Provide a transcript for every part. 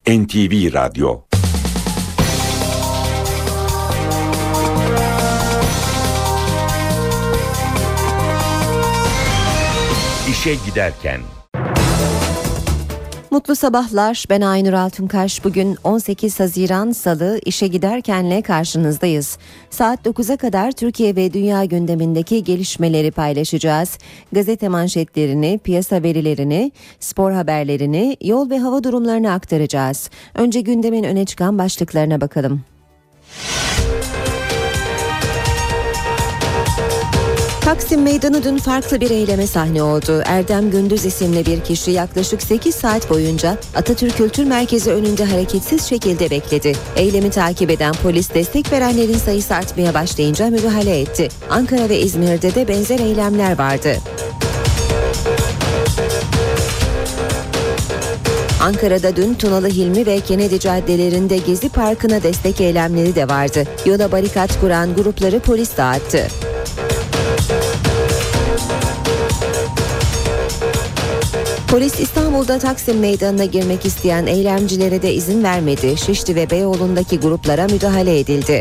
NTV Radyo. İşe giderken. Mutlu sabahlar, ben Aynur Altunkaş. Bugün 18 Haziran Salı, işe giderkenle karşınızdayız. Saat 9'a kadar Türkiye ve dünya gündemindeki gelişmeleri paylaşacağız. Gazete manşetlerini, piyasa verilerini, spor haberlerini, yol ve hava durumlarını aktaracağız. Önce gündemin öne çıkan başlıklarına bakalım. Taksim Meydanı dün farklı bir eyleme sahne oldu. Erdem Gündüz isimli bir kişi yaklaşık 8 saat boyunca Atatürk Kültür Merkezi önünde hareketsiz şekilde bekledi. Eylemi takip eden polis destek verenlerin sayısı artmaya başlayınca müdahale etti. Ankara ve İzmir'de de benzer eylemler vardı. Ankara'da dün Tunalı Hilmi ve Kennedy caddelerinde Gezi Parkı'na destek eylemleri de vardı. Yola barikat kuran grupları polis dağıttı. Polis İstanbul'da Taksim Meydanı'na girmek isteyen eylemcilere de izin vermedi. Şişli ve Beyoğlu'ndaki gruplara müdahale edildi.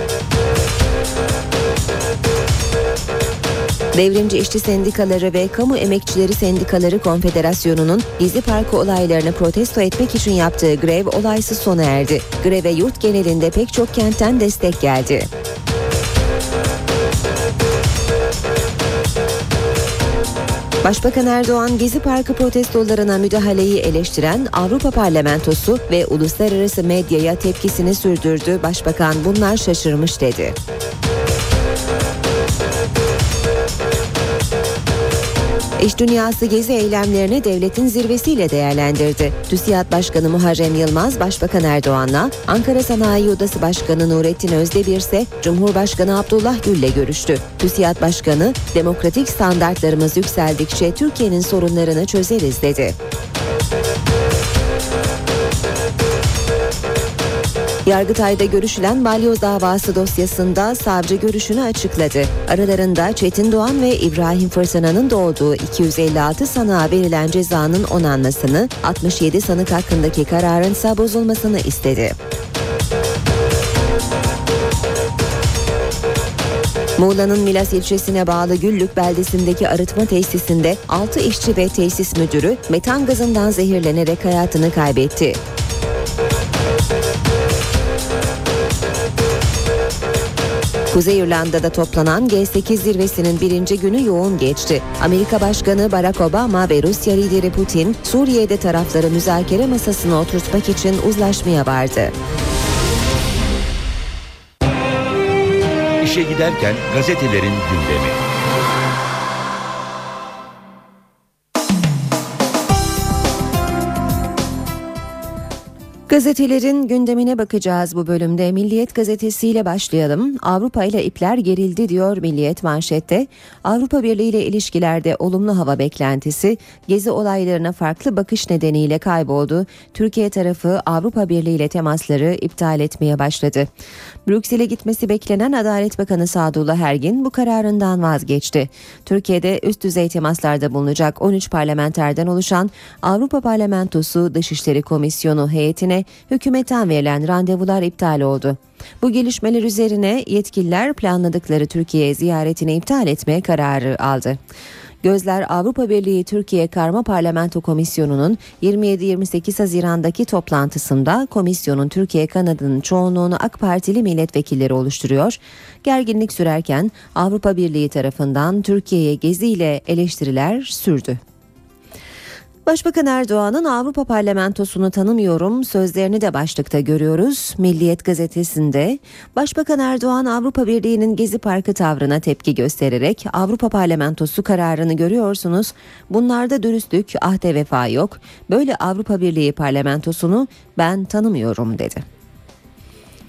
Devrimci İşçi Sendikaları ve Kamu Emekçileri Sendikaları Konfederasyonu'nun Gezi Parkı olaylarını protesto etmek için yaptığı grev olaysız sona erdi. Greve yurt genelinde pek çok kentten destek geldi. Başbakan Erdoğan, Gezi Parkı protestolarına müdahaleyi eleştiren Avrupa Parlamentosu ve uluslararası medyaya tepkisini sürdürdü. Başbakan bunlar şaşırmış dedi. İş dünyası Gezi eylemlerini devletin zirvesiyle değerlendirdi. TÜSİAD Başkanı Muharrem Yılmaz, Başbakan Erdoğan'la, Ankara Sanayi Odası Başkanı Nurettin Özdemir ise Cumhurbaşkanı Abdullah Gül'le görüştü. TÜSİAD Başkanı, demokratik standartlarımız yükseldikçe Türkiye'nin sorunlarını çözeriz dedi. Yargıtay'da görüşülen balyoz davası dosyasında savcı görüşünü açıkladı. Aralarında Çetin Doğan ve İbrahim Fırtına'nın da olduğu 256 sanığa verilen cezanın onanmasını, 67 sanık hakkındaki kararın ise bozulmasını istedi. Muğla'nın Milas ilçesine bağlı Güllük beldesindeki arıtma tesisinde 6 işçi ve tesis müdürü metan gazından zehirlenerek hayatını kaybetti. Kuzey İrlanda'da toplanan G8 zirvesinin birinci günü yoğun geçti. Amerika Başkanı Barack Obama ve Rusya lideri Putin, Suriye'de tarafları müzakere masasına oturtmak için uzlaşmaya vardı. İşe giderken gazetelerin gündemi. Gazetelerin gündemine bakacağız bu bölümde. Milliyet gazetesiyle başlayalım. Avrupa ile ipler gerildi diyor Milliyet manşette. Avrupa Birliği ile ilişkilerde olumlu hava beklentisi, Gezi olaylarına farklı bakış nedeniyle kayboldu. Türkiye tarafı Avrupa Birliği ile temasları iptal etmeye başladı. Brüksel'e gitmesi beklenen Adalet Bakanı Sadullah Ergin bu kararından vazgeçti. Türkiye'de üst düzey temaslarda bulunacak 13 parlamenterden oluşan Avrupa Parlamentosu Dışişleri Komisyonu heyetine hükümetten verilen randevular iptal oldu. Bu gelişmeler üzerine yetkililer planladıkları Türkiye ziyaretini iptal etmeye kararı aldı. Gözler Avrupa Birliği Türkiye Karma Parlamento Komisyonu'nun 27-28 Haziran'daki toplantısında komisyonun Türkiye kanadının çoğunluğunu AK Partili milletvekilleri oluşturuyor. Gerginlik sürerken Avrupa Birliği tarafından Türkiye'ye geziyle eleştiriler sürdü. Başbakan Erdoğan'ın Avrupa Parlamentosu'nu tanımıyorum sözlerini de başlıkta görüyoruz. Milliyet gazetesinde Başbakan Erdoğan Avrupa Birliği'nin Gezi Parkı tavrına tepki göstererek Avrupa Parlamentosu kararını görüyorsunuz. Bunlarda dürüstlük, ahde vefa yok. Böyle Avrupa Birliği Parlamentosunu ben tanımıyorum dedi.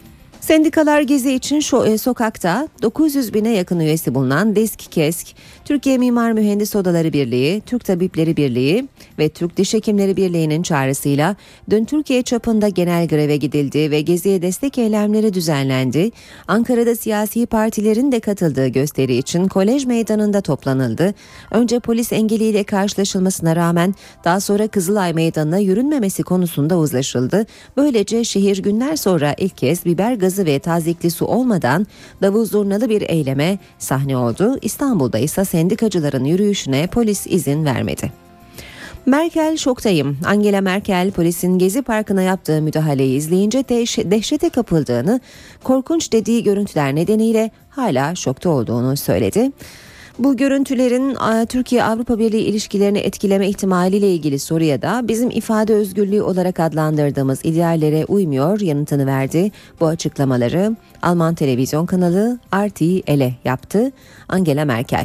Sendikalar gezi için sokakta 900 bine yakın üyesi bulunan DİSK-KESK, Türkiye Mimar Mühendis Odaları Birliği, Türk Tabipleri Birliği ve Türk Diş Hekimleri Birliği'nin çağrısıyla dün Türkiye çapında genel greve gidildi ve geziye destek eylemleri düzenlendi. Ankara'da siyasi partilerin de katıldığı gösteri için Kolej Meydanı'nda toplanıldı. Önce polis engeliyle karşılaşılmasına rağmen daha sonra Kızılay Meydanı'na yürünmemesi konusunda uzlaşıldı. Böylece şehir günler sonra ilk kez biber gazı ve tazikli su olmadan davul zurnalı bir eyleme sahne oldu. İstanbul'da ise sendikacıların yürüyüşüne polis izin vermedi. Merkel şoktayım. Angela Merkel polisin Gezi Parkı'na yaptığı müdahaleyi izleyince dehşete kapıldığını, korkunç dediği görüntüler nedeniyle hala şokta olduğunu söyledi. Bu görüntülerin Türkiye-Avrupa Birliği ilişkilerini etkileme ihtimaliyle ilgili soruya da bizim ifade özgürlüğü olarak adlandırdığımız ideallere uymuyor yanıtını verdi. Bu açıklamaları Alman televizyon kanalı RTL'e yaptı Angela Merkel.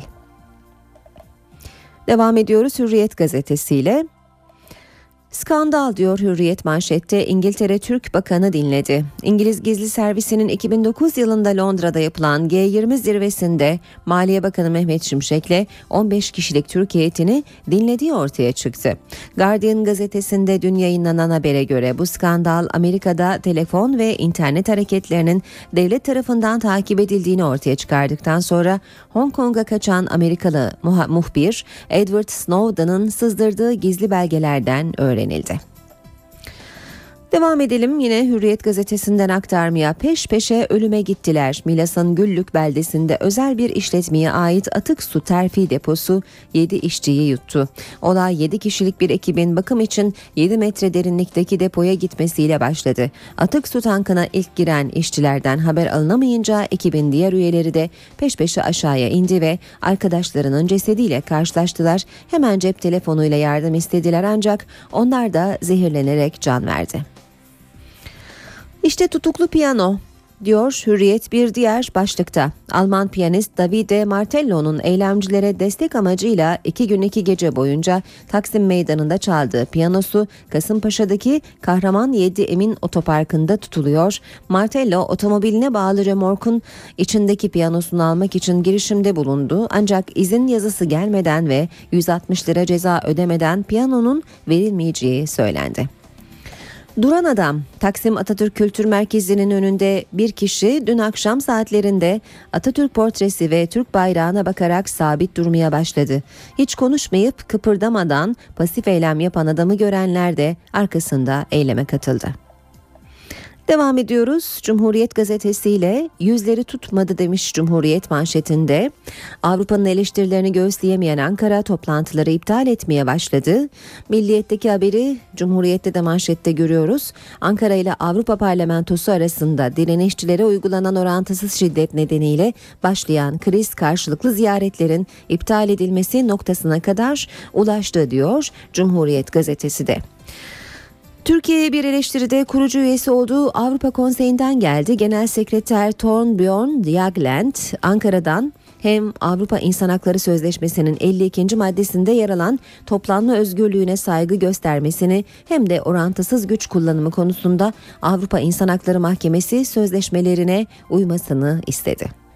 Devam ediyoruz Hürriyet gazetesiyle. Skandal diyor Hürriyet manşette, İngiltere Türk Bakanı dinledi. İngiliz gizli servisinin 2009 yılında Londra'da yapılan G20 zirvesinde Maliye Bakanı Mehmet Şimşek'le 15 kişilik Türk heyetini dinlediği ortaya çıktı. Guardian gazetesinde dün yayınlanan habere göre bu skandal Amerika'da telefon ve internet hareketlerinin devlet tarafından takip edildiğini ortaya çıkardıktan sonra Hong Kong'a kaçan Amerikalı muhbir Edward Snowden'ın sızdırdığı gizli belgelerden öğrenildi. Devam edelim yine Hürriyet gazetesinden aktarmaya. Peş peşe ölüme gittiler. Milas'ın Güllük beldesinde özel bir işletmeye ait atık su terfi deposu 7 işçiyi yuttu. Olay 7 kişilik bir ekibin bakım için 7 metre derinlikteki depoya gitmesiyle başladı. Atık su tankına ilk giren işçilerden haber alınamayınca ekibin diğer üyeleri de peş peşe aşağıya indi ve arkadaşlarının cesediyle karşılaştılar. Hemen cep telefonuyla yardım istediler ancak onlar da zehirlenerek can verdi. İşte tutuklu piyano diyor Hürriyet bir diğer başlıkta. Alman piyanist Davide Martello'nun eylemcilere destek amacıyla 2 gün 2 gece boyunca Taksim Meydanı'nda çaldığı piyanosu Kasımpaşa'daki Kahraman 7 Emin Otoparkı'nda tutuluyor. Martello otomobiline bağlı remorkun içindeki piyanosunu almak için girişimde bulundu. Ancak izin yazısı gelmeden ve 160 lira ceza ödemeden piyanonun verilmeyeceği söylendi. Duran adam, Taksim Atatürk Kültür Merkezi'nin önünde bir kişi dün akşam saatlerinde Atatürk portresi ve Türk bayrağına bakarak sabit durmaya başladı. Hiç konuşmayıp kıpırdamadan pasif eylem yapan adamı görenler de arkasında eyleme katıldı. Devam ediyoruz. Cumhuriyet gazetesiyle yüzleri tutmadı demiş Cumhuriyet manşetinde. Avrupa'nın eleştirilerini göğüsleyemeyen Ankara toplantıları iptal etmeye başladı. Milliyet'teki haberi Cumhuriyet'te de manşette görüyoruz. Ankara ile Avrupa Parlamentosu arasında direnişçilere uygulanan orantısız şiddet nedeniyle başlayan kriz karşılıklı ziyaretlerin iptal edilmesi noktasına kadar ulaştı diyor Cumhuriyet gazetesi de. Türkiye'ye bir eleştiride kurucu üyesi olduğu Avrupa Konseyi'nden geldi. Genel Sekreter Torbjörn Jagland Ankara'dan hem Avrupa İnsan Hakları Sözleşmesi'nin 52. maddesinde yer alan toplanma özgürlüğüne saygı göstermesini hem de orantısız güç kullanımı konusunda Avrupa İnsan Hakları Mahkemesi sözleşmelerine uymasını istedi.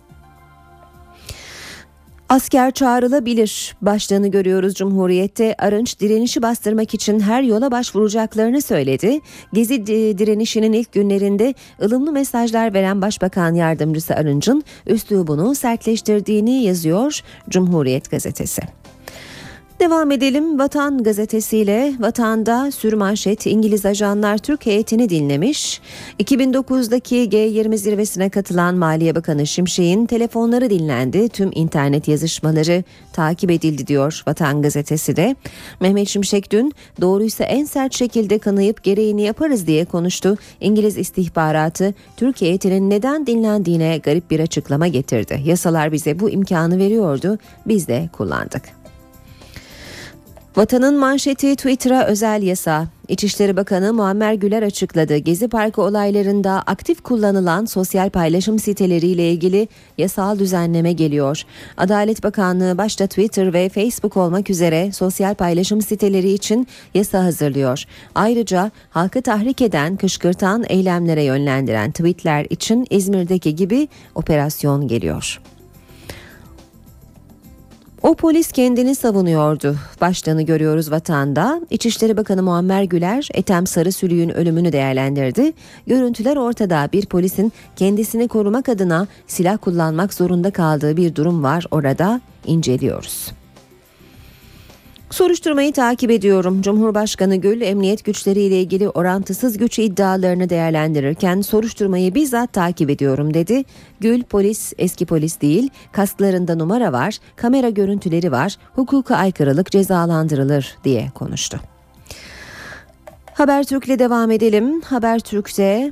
Asker çağrılabilir başlığını görüyoruz Cumhuriyet'te. Arınç direnişi bastırmak için her yola başvuracaklarını söyledi. Gezi direnişinin ilk günlerinde ılımlı mesajlar veren Başbakan Yardımcısı Arınç'ın üslubunu sertleştirdiğini yazıyor Cumhuriyet gazetesi. Devam edelim Vatan gazetesiyle. Vatan'da sürmanşet İngiliz ajanlar Türk heyetini dinlemiş. 2009'daki G20 zirvesine katılan Maliye Bakanı Şimşek'in telefonları dinlendi. Tüm internet yazışmaları takip edildi diyor Vatan gazetesi de. Mehmet Şimşek dün doğruysa en sert şekilde kanıyıp gereğini yaparız diye konuştu. İngiliz istihbaratı Türk heyetinin neden dinlendiğine garip bir açıklama getirdi. Yasalar bize bu imkanı veriyordu, biz de kullandık. Vatanın manşeti Twitter'a özel yasa. İçişleri Bakanı Muammer Güler açıkladı. Gezi Parkı olaylarında aktif kullanılan sosyal paylaşım siteleriyle ilgili yasal düzenleme geliyor. Adalet Bakanlığı başta Twitter ve Facebook olmak üzere sosyal paylaşım siteleri için yasa hazırlıyor. Ayrıca halkı tahrik eden, kışkırtan, eylemlere yönlendiren tweetler için İzmir'deki gibi operasyon geliyor. O polis kendini savunuyordu. Başlığını görüyoruz Vatan'da. İçişleri Bakanı Muammer Güler, Ethem Sarısülüğün ölümünü değerlendirdi. Görüntüler ortada. Bir polisin kendisini korumak adına silah kullanmak zorunda kaldığı bir durum var orada. İnceliyoruz. Soruşturmayı takip ediyorum. Cumhurbaşkanı Gül, emniyet güçleriyle ilgili orantısız güç iddialarını değerlendirirken soruşturmayı bizzat takip ediyorum dedi. Gül, polis eski polis değil, kasklarında numara var, kamera görüntüleri var, hukuka aykırılık cezalandırılır diye konuştu. Habertürk'le devam edelim. Habertürk'te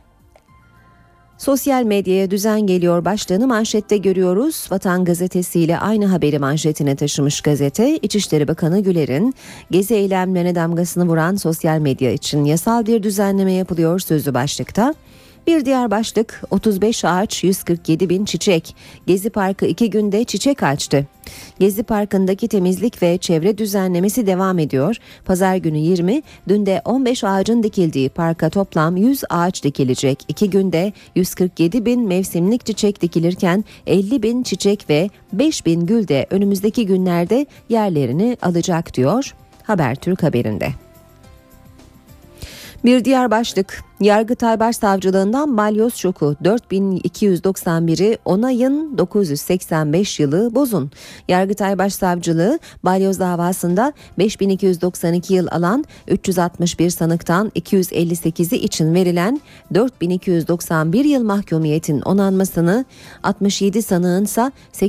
sosyal medyaya düzen geliyor başlığını manşette görüyoruz. Vatan gazetesiyle aynı haberi manşetine taşımış gazete, İçişleri Bakanı Güler'in gezi eylemlerine damgasını vuran sosyal medya için yasal bir düzenleme yapılıyor sözü başlıkta. Bir diğer başlık 35 ağaç 147 bin çiçek. Gezi Parkı 2 günde çiçek açtı. Gezi Parkı'ndaki temizlik ve çevre düzenlemesi devam ediyor. Pazar günü 20, dün de 15 ağacın dikildiği parka toplam 100 ağaç dikilecek. 2 günde 147 bin mevsimlik çiçek dikilirken 50 bin çiçek ve 5 bin gül de önümüzdeki günlerde yerlerini alacak diyor Habertürk haberinde. Bir diğer başlık, Yargıtay Başsavcılığından balyoz şoku 4291'i onayın 985 yılı bozun. Yargıtay Başsavcılığı balyoz davasında 5292 yıl alan 361 sanıktan 258'i için verilen 4291 yıl mahkumiyetin onanmasını, 67 sanığın ise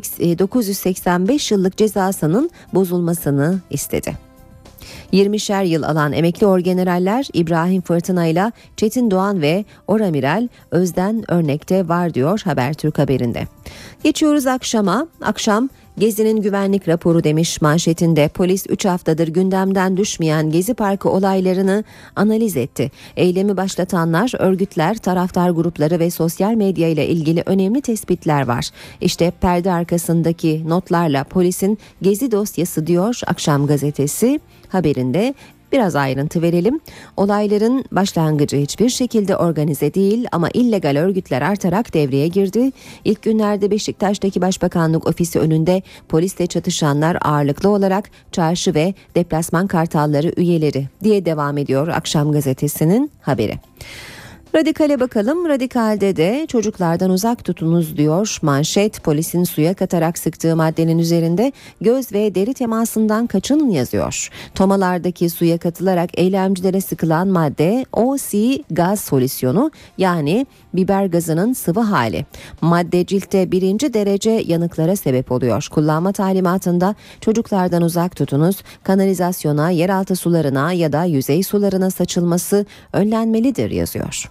985 yıllık cezasının bozulmasını istedi. 20'şer yıl alan emekli orgeneraller İbrahim Fırtına ile Çetin Doğan ve Oramiral Özden örnekte var diyor Habertürk haberinde. Geçiyoruz akşama. Akşam Gezi'nin güvenlik raporu demiş manşetinde. Polis 3 haftadır gündemden düşmeyen Gezi Parkı olaylarını analiz etti. Eylemi başlatanlar, örgütler, taraftar grupları ve sosyal medya ile ilgili önemli tespitler var. İşte perde arkasındaki notlarla polisin Gezi dosyası diyor Akşam gazetesi haberinde. Biraz ayrıntı verelim. Olayların başlangıcı hiçbir şekilde organize değil ama illegal örgütler artarak devreye girdi. İlk günlerde Beşiktaş'taki Başbakanlık ofisi önünde polisle çatışanlar ağırlıklı olarak çarşı ve deplasman kartalları üyeleri diye devam ediyor Akşam gazetesinin haberi. Radikale bakalım. Radikal'de de çocuklardan uzak tutunuz diyor manşet. Polisin suya katarak sıktığı maddenin üzerinde göz ve deri temasından kaçının yazıyor. Tomalardaki suya katılarak eylemcilere sıkılan madde OC gaz solüsyonu, yani biber gazının sıvı hali. Madde ciltte 1. derece yanıklara sebep oluyor. Kullanma talimatında çocuklardan uzak tutunuz, kanalizasyona, yeraltı sularına ya da yüzey sularına saçılması önlenmelidir yazıyor.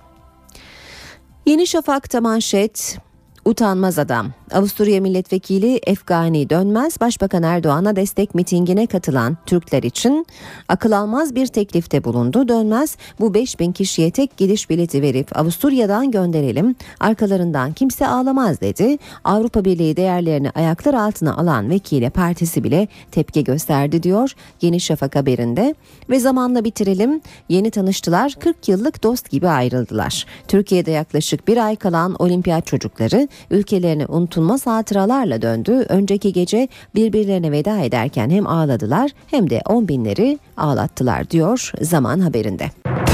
Yeni Şafak'ta manşet, utanmaz adam. Avusturya Milletvekili Efgani Dönmez, Başbakan Erdoğan'a destek mitingine katılan Türkler için akıl almaz bir teklifte bulundu. Dönmez, bu 5000 kişiye tek gidiş bileti verip Avusturya'dan gönderelim, arkalarından kimse ağlamaz dedi. Avrupa Birliği değerlerini ayaklar altına alan vekile partisi bile tepki gösterdi diyor Yeni Şafak haberinde. Ve zamanla bitirelim. Yeni tanıştılar, 40 yıllık dost gibi ayrıldılar. Türkiye'de yaklaşık bir ay kalan olimpiyat çocukları ülkelerine unutulmaz hatıralarla döndü. Önceki gece birbirlerine veda ederken hem ağladılar hem de 10 binleri ağlattılar diyor Zaman haberinde.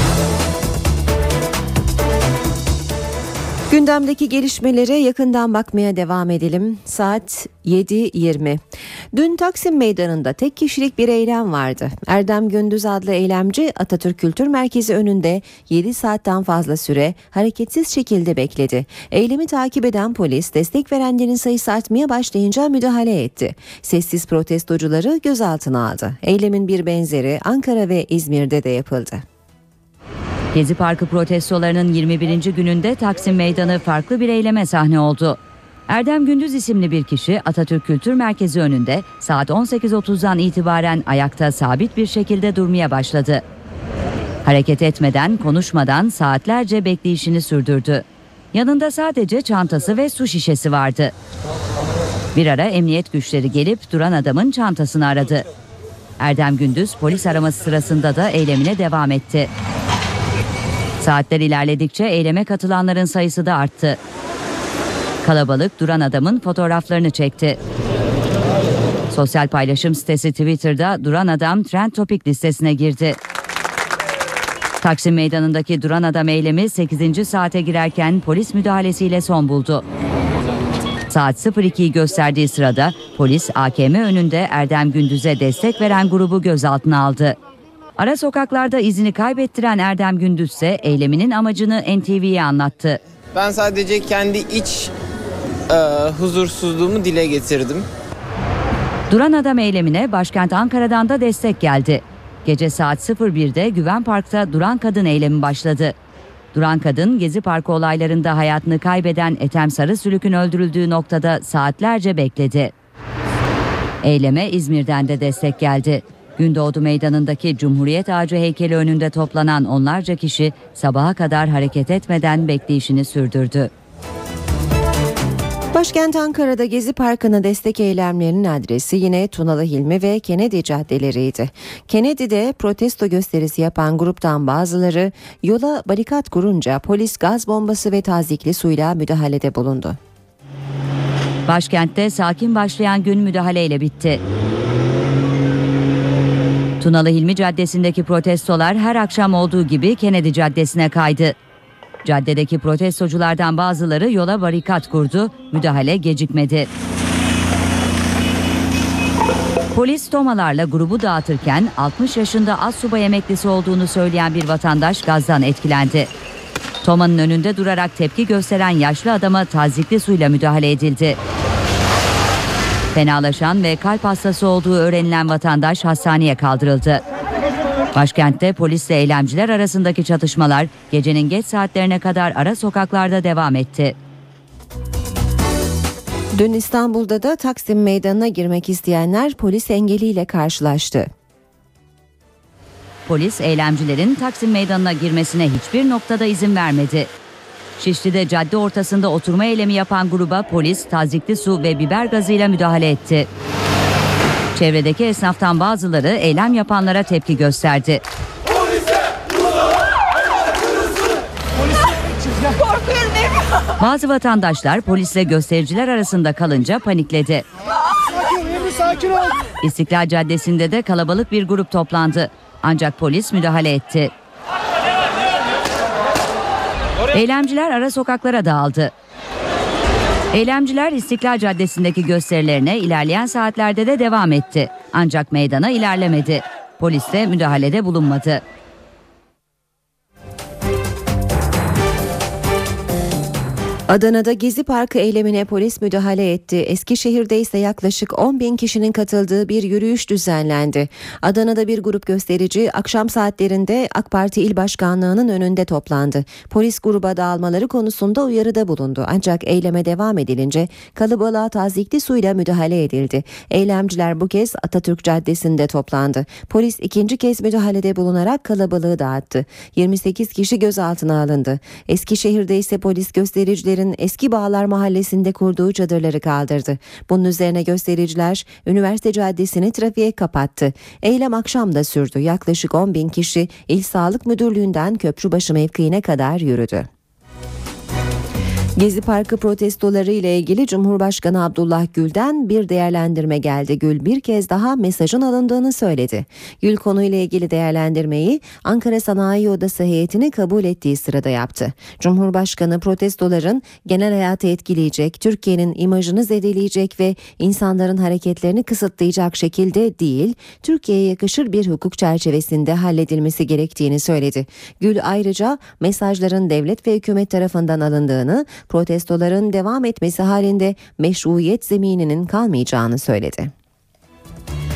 Gündemdeki gelişmelere yakından bakmaya devam edelim. Saat 7.20. Dün Taksim Meydanı'nda tek kişilik bir eylem vardı. Erdem Gündüz adlı eylemci Atatürk Kültür Merkezi önünde 7 saatten fazla süre hareketsiz şekilde bekledi. Eylemi takip eden polis destek verenlerin sayısı artmaya başlayınca müdahale etti. Sessiz protestocuları gözaltına aldı. Eylemin bir benzeri Ankara ve İzmir'de de yapıldı. Gezi Parkı protestolarının 21. gününde Taksim Meydanı farklı bir eyleme sahne oldu. Erdem Gündüz isimli bir kişi Atatürk Kültür Merkezi önünde saat 18.30'dan itibaren ayakta sabit bir şekilde durmaya başladı. Hareket etmeden, konuşmadan saatlerce bekleyişini sürdürdü. Yanında sadece çantası ve su şişesi vardı. Bir ara emniyet güçleri gelip duran adamın çantasını aradı. Erdem Gündüz polis araması sırasında da eylemine devam etti. Saatler ilerledikçe eyleme katılanların sayısı da arttı. Kalabalık duran adamın fotoğraflarını çekti. Sosyal paylaşım sitesi Twitter'da duran adam Trend Topic listesine girdi. Taksim Meydanı'ndaki duran adam eylemi 8. saate girerken polis müdahalesiyle son buldu. Saat 02'yi gösterdiği sırada polis AKM önünde Erdem Gündüz'e destek veren grubu gözaltına aldı. Ara sokaklarda izini kaybettiren Erdem Gündüz ise eyleminin amacını NTV'ye anlattı. Ben sadece kendi iç huzursuzluğumu dile getirdim. Duran adam eylemine başkent Ankara'dan da destek geldi. Gece saat 01'de Güven Park'ta Duran Kadın eylemi başladı. Duran Kadın, Gezi Parkı olaylarında hayatını kaybeden Ethem Sarısülük'ün öldürüldüğü noktada saatlerce bekledi. Eyleme İzmir'den de destek geldi. Gündoğdu Meydanı'ndaki Cumhuriyet Ağacı heykeli önünde toplanan onlarca kişi sabaha kadar hareket etmeden bekleyişini sürdürdü. Başkent Ankara'da Gezi Parkı'na destek eylemlerinin adresi yine Tunalı Hilmi ve Kennedy caddeleriydi. Kennedy'de protesto gösterisi yapan gruptan bazıları yola barikat kurunca polis gaz bombası ve tazikli suyla müdahalede bulundu. Başkentte sakin başlayan gün müdahaleyle bitti. Tunalı Hilmi Caddesi'ndeki protestolar her akşam olduğu gibi Kennedy Caddesi'ne kaydı. Caddedeki protestoculardan bazıları yola barikat kurdu, müdahale gecikmedi. Polis tomalarla grubu dağıtırken 60 yaşında astsubay emeklisi olduğunu söyleyen bir vatandaş gazdan etkilendi. Tomanın önünde durarak tepki gösteren yaşlı adama tazikli suyla müdahale edildi. Fenalaşan ve kalp hastası olduğu öğrenilen vatandaş hastaneye kaldırıldı. Başkentte polisle eylemciler arasındaki çatışmalar gecenin geç saatlerine kadar ara sokaklarda devam etti. Dün İstanbul'da da Taksim Meydanı'na girmek isteyenler polis engeliyle karşılaştı. Polis eylemcilerin Taksim Meydanı'na girmesine hiçbir noktada izin vermedi. Şişli'de cadde ortasında oturma eylemi yapan gruba polis tazikli su ve biber gazıyla müdahale etti. Çevredeki esnaftan bazıları eylem yapanlara tepki gösterdi. Bazı vatandaşlar polisle göstericiler arasında kalınca panikledi. İstiklal Caddesi'nde de kalabalık bir grup toplandı. Ancak polis müdahale etti. Eylemciler ara sokaklara dağıldı. Eylemciler İstiklal Caddesi'ndeki gösterilerine ilerleyen saatlerde de devam etti. Ancak meydana ilerlemedi. Polis de müdahalede bulunmadı. Adana'da Gezi Parkı eylemine polis müdahale etti. Eskişehir'de ise yaklaşık 10.000 kişinin katıldığı bir yürüyüş düzenlendi. Adana'da bir grup gösterici akşam saatlerinde AK Parti İl Başkanlığı'nın önünde toplandı. Polis gruba dağılmaları konusunda uyarıda bulundu. Ancak eyleme devam edilince kalabalığa tazikli suyla müdahale edildi. Eylemciler bu kez Atatürk Caddesi'nde toplandı. Polis ikinci kez müdahalede bulunarak kalabalığı dağıttı. 28 kişi gözaltına alındı. Eskişehir'de ise polis göstericilerin Eski Bağlar Mahallesi'nde kurduğu çadırları kaldırdı. Bunun üzerine göstericiler Üniversite Caddesi'ni trafiğe kapattı. Eylem akşam da sürdü. Yaklaşık 10.000 kişi İl Sağlık Müdürlüğü'nden Köprübaşı mevkiine kadar yürüdü. Gezi Parkı protestoları ile ilgili Cumhurbaşkanı Abdullah Gül'den bir değerlendirme geldi. Gül bir kez daha mesajın alındığını söyledi. Gül konuyla ilgili değerlendirmeyi Ankara Sanayi Odası heyetini kabul ettiği sırada yaptı. Cumhurbaşkanı protestoların genel hayatı etkileyecek, Türkiye'nin imajını zedeleyecek ve insanların hareketlerini kısıtlayacak şekilde değil, Türkiye'ye yakışır bir hukuk çerçevesinde halledilmesi gerektiğini söyledi. Gül ayrıca mesajların devlet ve hükümet tarafından alındığını, protestoların devam etmesi halinde meşruiyet zemininin kalmayacağını söyledi.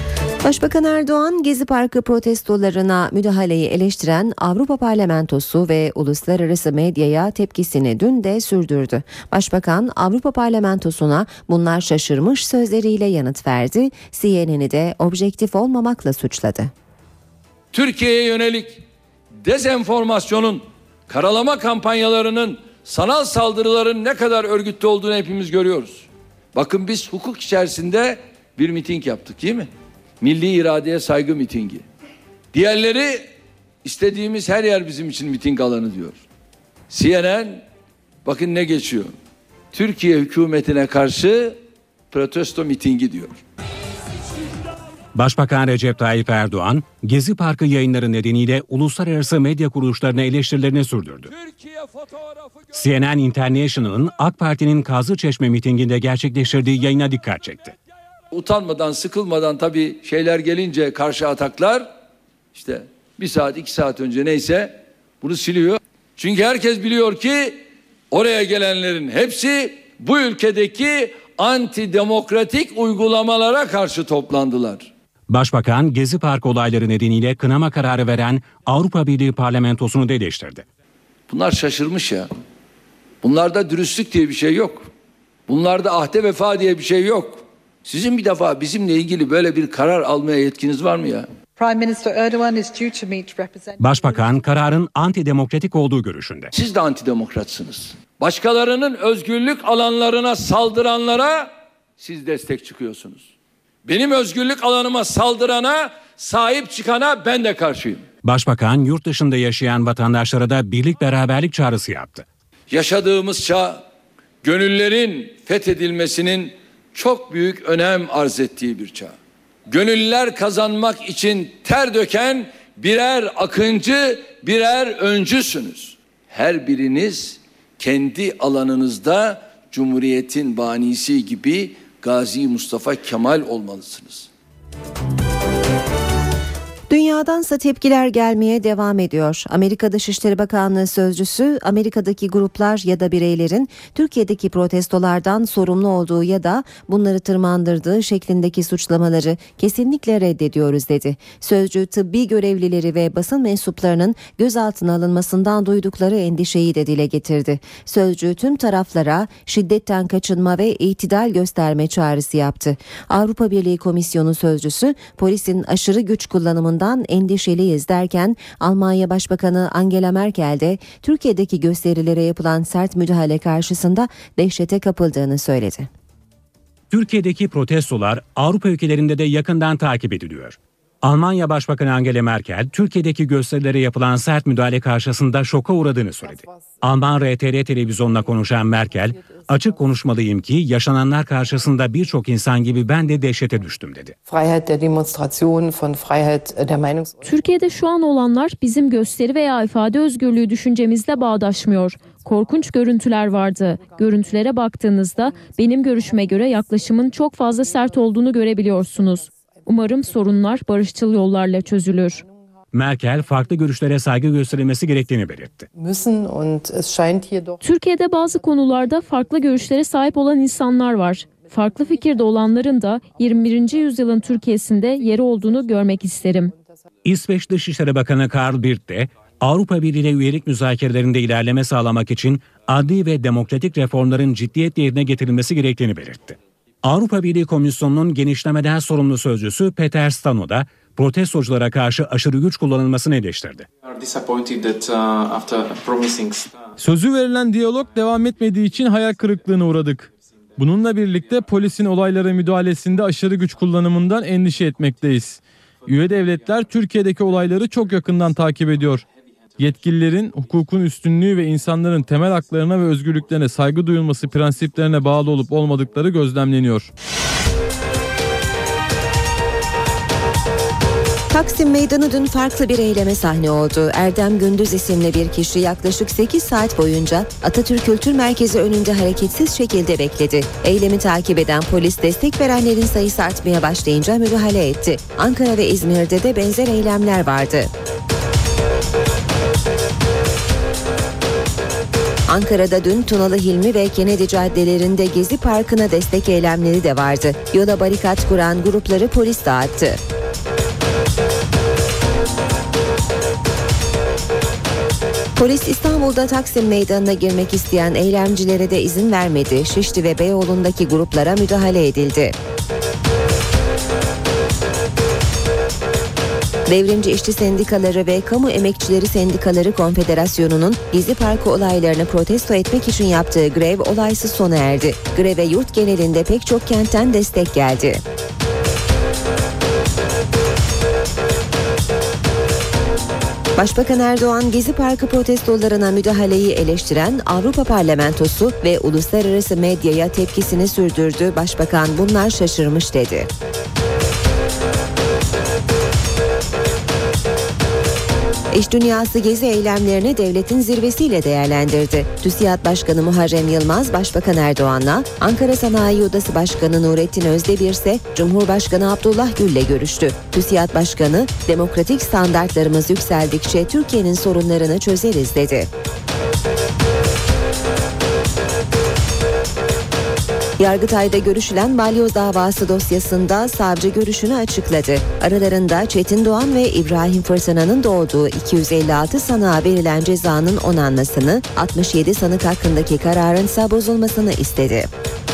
Başbakan Erdoğan, Gezi Parkı protestolarına müdahaleyi eleştiren Avrupa Parlamentosu ve uluslararası medyaya tepkisini dün de sürdürdü. Başbakan Avrupa Parlamentosu'na bunlar şaşırmış sözleriyle yanıt verdi. CNN'i de objektif olmamakla suçladı. Türkiye'ye yönelik dezenformasyonun, karalama kampanyalarının, sanal saldırıların ne kadar örgütlü olduğunu hepimiz görüyoruz. Bakın biz hukuk içerisinde bir miting yaptık, değil mi? Milli iradeye saygı mitingi. Diğerleri istediğimiz her yer bizim için miting alanı diyor. CNN bakın ne geçiyor. Türkiye hükümetine karşı protesto mitingi diyor. Başbakan Recep Tayyip Erdoğan, Gezi Parkı yayınları nedeniyle uluslararası medya kuruluşlarına eleştirilerini sürdürdü. CNN International'ın AK Parti'nin Kazlıçeşme mitinginde gerçekleştirdiği yayına dikkat çekti. Utanmadan, sıkılmadan tabii şeyler gelince karşı ataklar, işte 1 saat 2 saat önce neyse bunu siliyor. Çünkü herkes biliyor ki oraya gelenlerin hepsi bu ülkedeki antidemokratik uygulamalara karşı toplandılar. Başbakan, Gezi Parkı olayları nedeniyle kınama kararı veren Avrupa Birliği Parlamentosu'nu da eleştirdi. Bunlar şaşırmış ya. Bunlarda dürüstlük diye bir şey yok. Bunlarda ahde vefa diye bir şey yok. Sizin bir defa bizimle ilgili böyle bir karar almaya yetkiniz var mı ya? Başbakan, kararın antidemokratik olduğu görüşünde. Siz de antidemokratsınız. Başkalarının özgürlük alanlarına saldıranlara siz destek çıkıyorsunuz. Benim özgürlük alanıma saldırana, sahip çıkana ben de karşıyım. Başbakan, yurt dışında yaşayan vatandaşlara da birlik beraberlik çağrısı yaptı. Yaşadığımız çağ, gönüllerin fethedilmesinin çok büyük önem arz ettiği bir çağ. Gönüller kazanmak için ter döken birer akıncı, birer öncüsünüz. Her biriniz kendi alanınızda Cumhuriyet'in banisi gibi Gazi Mustafa Kemal olmalısınız. Dünyadansa tepkiler gelmeye devam ediyor. Amerika Dışişleri Bakanlığı sözcüsü, Amerika'daki gruplar ya da bireylerin Türkiye'deki protestolardan sorumlu olduğu ya da bunları tırmandırdığı şeklindeki suçlamaları kesinlikle reddediyoruz dedi. Sözcü, tıbbi görevlileri ve basın mensuplarının gözaltına alınmasından duydukları endişeyi de dile getirdi. Sözcü, tüm taraflara şiddetten kaçınma ve itidal gösterme çağrısı yaptı. Avrupa Birliği Komisyonu sözcüsü, polisin aşırı güç kullanımından endişeliyiz derken, Almanya Başbakanı Angela Merkel de Türkiye'deki gösterilere yapılan sert müdahale karşısında dehşete kapıldığını söyledi. Türkiye'deki protestolar Avrupa ülkelerinde de yakından takip ediliyor. Almanya Başbakanı Angela Merkel, Türkiye'deki gösterilere yapılan sert müdahale karşısında şoka uğradığını söyledi. Alman RTL televizyonuna konuşan Merkel, açık konuşmalıyım ki yaşananlar karşısında birçok insan gibi ben de dehşete düştüm dedi. Türkiye'de şu an olanlar bizim gösteri veya ifade özgürlüğü düşüncemizle bağdaşmıyor. Korkunç görüntüler vardı. Görüntülere baktığınızda benim görüşüme göre yaklaşımın çok fazla sert olduğunu görebiliyorsunuz. Umarım sorunlar barışçıl yollarla çözülür. Merkel, farklı görüşlere saygı gösterilmesi gerektiğini belirtti. Türkiye'de bazı konularda farklı görüşlere sahip olan insanlar var. Farklı fikirde olanların da 21. yüzyılın Türkiye'sinde yeri olduğunu görmek isterim. İsveç Dışişleri Bakanı Carl Bildt de Avrupa Birliği ile üyelik müzakerelerinde ilerleme sağlamak için adli ve demokratik reformların ciddiyetle yerine getirilmesi gerektiğini belirtti. Avrupa Birliği Komisyonu'nun genişlemeden sorumlu sözcüsü Peter Stano da protestoculara karşı aşırı güç kullanılmasını eleştirdi. Sözü verilen diyalog devam etmediği için hayal kırıklığına uğradık. Bununla birlikte polisin olaylara müdahalesinde aşırı güç kullanımından endişe etmekteyiz. Üye devletler Türkiye'deki olayları çok yakından takip ediyor. Yetkililerin hukukun üstünlüğü ve insanların temel haklarına ve özgürlüklerine saygı duyulması prensiplerine bağlı olup olmadıkları gözlemleniyor. Taksim Meydanı dün farklı bir eyleme sahne oldu. Erdem Gündüz isimli bir kişi yaklaşık 8 saat boyunca Atatürk Kültür Merkezi önünde hareketsiz şekilde bekledi. Eylemi takip eden polis destek verenlerin sayısı artmaya başlayınca müdahale etti. Ankara ve İzmir'de de benzer eylemler vardı. Ankara'da dün Tunalı Hilmi ve Kennedy caddelerinde Gezi Parkı'na destek eylemleri de vardı. Yola barikat kuran grupları polis dağıttı. Polis İstanbul'da Taksim Meydanı'na girmek isteyen eylemcilere de izin vermedi. Şişli ve Beyoğlu'ndaki gruplara müdahale edildi. Devrimci İşçi Sendikaları ve Kamu Emekçileri Sendikaları Konfederasyonu'nun Gezi Parkı olaylarını protesto etmek için yaptığı grev olaysız sona erdi. Greve yurt genelinde pek çok kentten destek geldi. Başbakan Erdoğan, Gezi Parkı protestolarına müdahaleyi eleştiren Avrupa Parlamentosu ve uluslararası medyaya tepkisini sürdürdü. Başbakan bunlar şaşırmış dedi. İş dünyası Gezi eylemlerini devletin zirvesiyle değerlendirdi. TÜSİAD Başkanı Muharrem Yılmaz, Başbakan Erdoğan'la, Ankara Sanayi Odası Başkanı Nurettin Özdemir ise Cumhurbaşkanı Abdullah Gül'le görüştü. TÜSİAD Başkanı, demokratik standartlarımız yükseldikçe Türkiye'nin sorunlarını çözeriz dedi. Yargıtay'da görüşülen balyoz davası dosyasında savcı görüşünü açıkladı. Aralarında Çetin Doğan ve İbrahim Fırtına'nın doğduğu 256 sanığa verilen cezanın onanmasını, 67 sanık hakkındaki kararın ise bozulmasını istedi.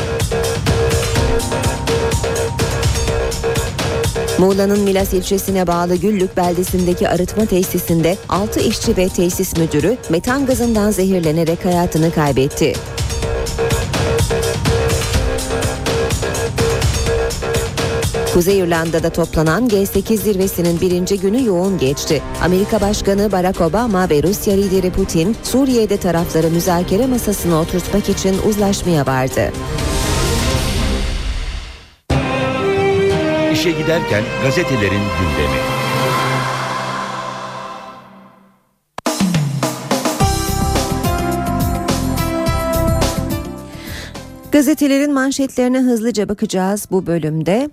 Muğla'nın Milas ilçesine bağlı Güllük beldesindeki arıtma tesisinde 6 işçi ve tesis müdürü metan gazından zehirlenerek hayatını kaybetti. Kuzey İrlanda'da toplanan G8 zirvesinin birinci günü yoğun geçti. Amerika Başkanı Barack Obama ve Rusya lideri Putin, Suriye'de tarafları müzakere masasına oturtmak için uzlaşmaya vardı. İşe giderken gazetelerin gündemi. Gazetelerin manşetlerine hızlıca bakacağız bu bölümde.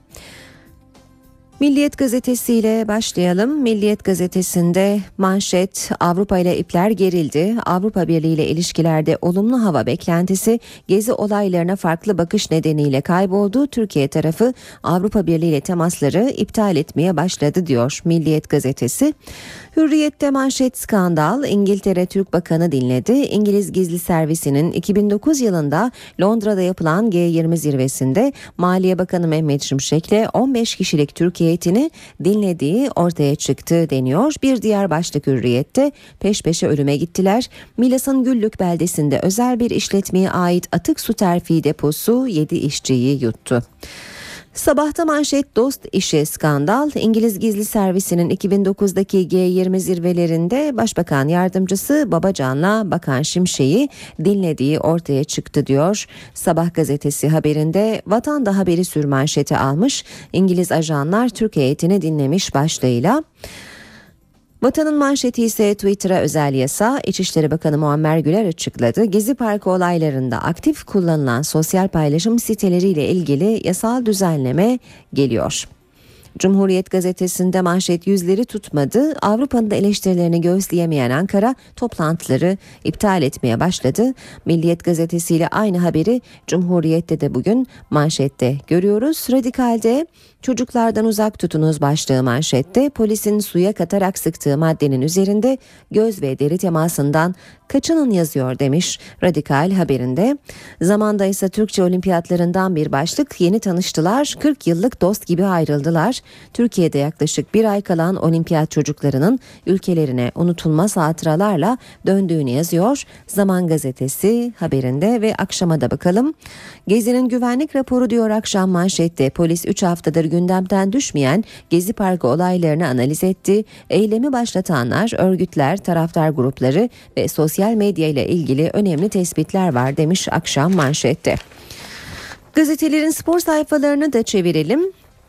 Milliyet gazetesiyle başlayalım. Milliyet gazetesinde manşet Avrupa ile ipler gerildi. Avrupa Birliği ile ilişkilerde olumlu hava beklentisi Gezi olaylarına farklı bakış nedeniyle kayboldu. Türkiye tarafı Avrupa Birliği ile temasları iptal etmeye başladı diyor Milliyet gazetesi. Hürriyet'te manşet skandal, İngiltere Türk Bakanı dinledi. İngiliz gizli servisinin 2009 yılında Londra'da yapılan G20 zirvesinde Maliye Bakanı Mehmet Şimşek'le 15 kişilik Türk heyetini dinlediği ortaya çıktı deniyor. Bir diğer başlık Hürriyet'te peş peşe ölüme gittiler. Milas'ın Güllük beldesinde özel bir işletmeye ait atık su terfi deposu 7 işçiyi yuttu. Sabahta manşet dost işi skandal. İngiliz gizli servisinin 2009'daki G20 zirvelerinde Başbakan Yardımcısı Babacan'la Bakan Şimşek'i dinlediği ortaya çıktı diyor. Sabah gazetesi haberinde Vatan da haberi sürmanşeti almış. İngiliz ajanlar Türk heyetini dinlemiş başlığıyla. Vatanın manşeti ise Twitter'a özel yasa, İçişleri Bakanı Muammer Güler açıkladı. Gezi Parkı olaylarında aktif kullanılan sosyal paylaşım siteleriyle ilgili yasal düzenleme geliyor. Cumhuriyet gazetesinde manşet yüzleri tutmadı. Avrupa'nın da eleştirilerini göğüsleyemeyen Ankara toplantıları iptal etmeye başladı. Milliyet gazetesiyle aynı haberi Cumhuriyet'te de bugün manşette görüyoruz. Radikal'de çocuklardan uzak tutunuz başlığı manşette. Polisin suya katarak sıktığı maddenin üzerinde göz ve deri temasından kaçının yazıyor demiş Radikal haberinde. Zamanda ise Türkçe olimpiyatlarından bir başlık, yeni tanıştılar, 40 yıllık dost gibi ayrıldılar. Türkiye'de yaklaşık bir ay kalan olimpiyat çocuklarının ülkelerine unutulmaz hatıralarla döndüğünü yazıyor Zaman gazetesi haberinde. Ve akşama da bakalım. Gezi'nin güvenlik raporu diyor akşam manşette. Polis 3 haftadır gündemden düşmeyen Gezi Parkı olaylarını analiz etti. Eylemi başlatanlar, örgütler, taraftar grupları ve sosyal medya ile ilgili önemli tespitler var demiş akşam manşette. Gazetelerin spor sayfalarını da çevirelim.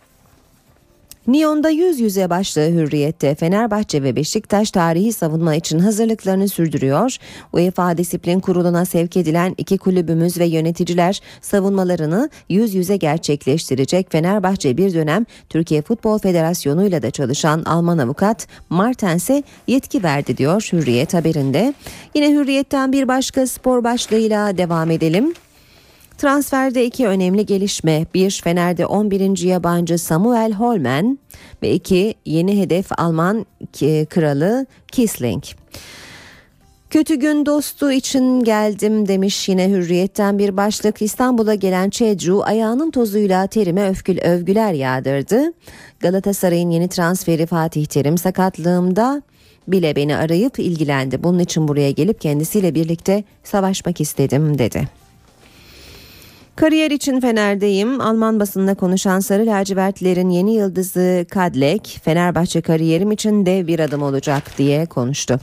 Nyon'da yüz yüze başlığı Hürriyet'te. Fenerbahçe ve Beşiktaş tarihi savunma için hazırlıklarını sürdürüyor. UEFA Disiplin Kurulu'na sevk edilen iki kulübümüz ve yöneticiler savunmalarını yüz yüze gerçekleştirecek. Fenerbahçe bir dönem Türkiye Futbol Federasyonu'yla da çalışan Alman avukat Martens'e yetki verdi diyor Hürriyet haberinde. Yine Hürriyet'ten bir başka spor başlığıyla devam edelim. Transferde iki önemli gelişme. 1. Fener'de 11. yabancı Samuel Holmen ve 2. Yeni hedef Alman kralı Kiesling. Kötü gün dostu için geldim demiş yine Hürriyet'ten bir başlık. İstanbul'a gelen Çedru ayağının tozuyla Terim'e övgüler yağdırdı. Galatasaray'ın yeni transferi Fatih Terim sakatlığımda bile beni arayıp ilgilendi. Bunun için buraya gelip kendisiyle birlikte savaşmak istedim dedi. Kariyer için Fener'deyim. Alman basınına konuşan Sarı Lacivertlilerin yeni yıldızı Kadlek, Fenerbahçe kariyerim için dev bir adım olacak diye konuştu.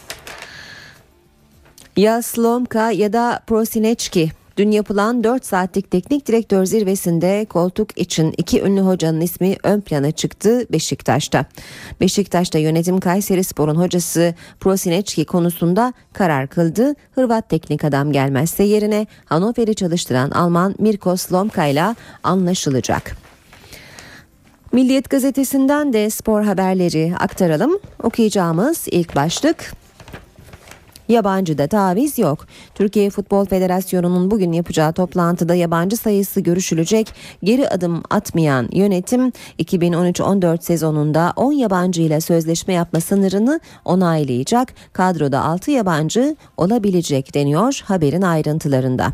Ya Slomka ya da Prosinečki. Dün yapılan 4 saatlik teknik direktör zirvesinde koltuk için iki ünlü hocanın ismi ön plana çıktı Beşiktaş'ta. Beşiktaş'ta yönetim Kayserispor'un hocası Prosinečki konusunda karar kıldı. Hırvat teknik adam gelmezse yerine Hannover'i çalıştıran Alman Mirko Slomka ile anlaşılacak. Milliyet gazetesinden de spor haberleri aktaralım. Okuyacağımız ilk başlık: yabancıda taviz yok. Türkiye Futbol Federasyonu'nun bugün yapacağı toplantıda yabancı sayısı görüşülecek. Geri adım atmayan yönetim 2013-14 sezonunda 10 yabancı ile sözleşme yapma sınırını onaylayacak. Kadroda 6 yabancı olabilecek deniyor haberin ayrıntılarında.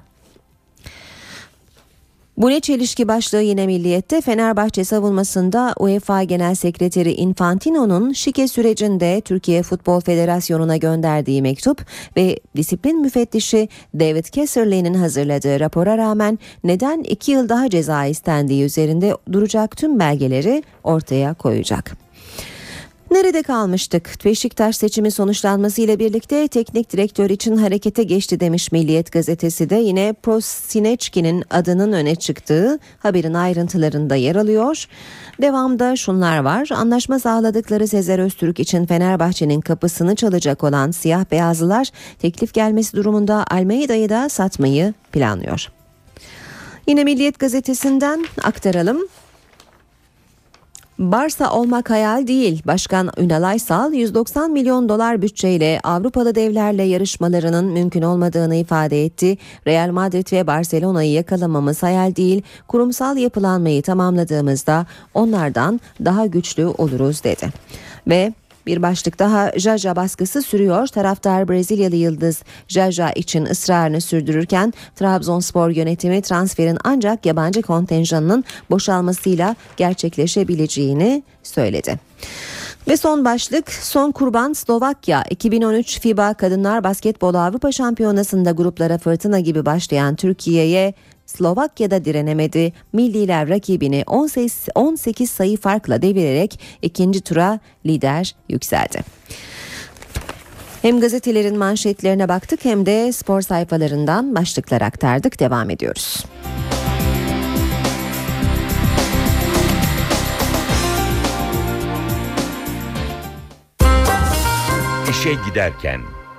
Bu ne çelişki başlığı yine Milliyet'te. Fenerbahçe savunmasında UEFA Genel Sekreteri Infantino'nun şike sürecinde Türkiye Futbol Federasyonu'na gönderdiği mektup ve disiplin müfettişi David Kesserly'nin hazırladığı rapora rağmen neden 2 yıl daha ceza istendiği üzerinde duracak tüm belgeleri ortaya koyacak. Nerede kalmıştık? Beşiktaş seçimi sonuçlanmasıyla birlikte teknik direktör için harekete geçti demiş Milliyet gazetesi de. Yine Prosinečki'nin adının öne çıktığı haberin ayrıntılarında yer alıyor. Devamda şunlar var. Anlaşma sağladıkları Sezer Öztürk için Fenerbahçe'nin kapısını çalacak olan siyah beyazlılar teklif gelmesi durumunda Almeida'yı da satmayı planlıyor. Yine Milliyet gazetesinden aktaralım. Barça olmak hayal değil. Başkan Ünal Aysal 190 milyon dolar bütçeyle Avrupalı devlerle yarışmalarının mümkün olmadığını ifade etti. Real Madrid ve Barcelona'yı yakalamamız hayal değil. Kurumsal yapılanmayı tamamladığımızda onlardan daha güçlü oluruz dedi. Ve bir başlık daha, Jaja baskısı sürüyor. Taraftar Brezilyalı yıldız Jaja için ısrarını sürdürürken Trabzonspor yönetimi transferin ancak yabancı kontenjanının boşalmasıyla gerçekleşebileceğini söyledi. Ve son başlık, son kurban Slovakya. 2013 FIBA Kadınlar Basketbol Avrupa Şampiyonası'nda gruplara fırtına gibi başlayan Türkiye'ye Slovakya'da direnemedi. Milliler rakibini 18 sayı farkla devirerek ikinci tura lider yükseldi. Hem gazetelerin manşetlerine baktık hem de spor sayfalarından başlıklar aktardık. Devam ediyoruz. İşe giderken.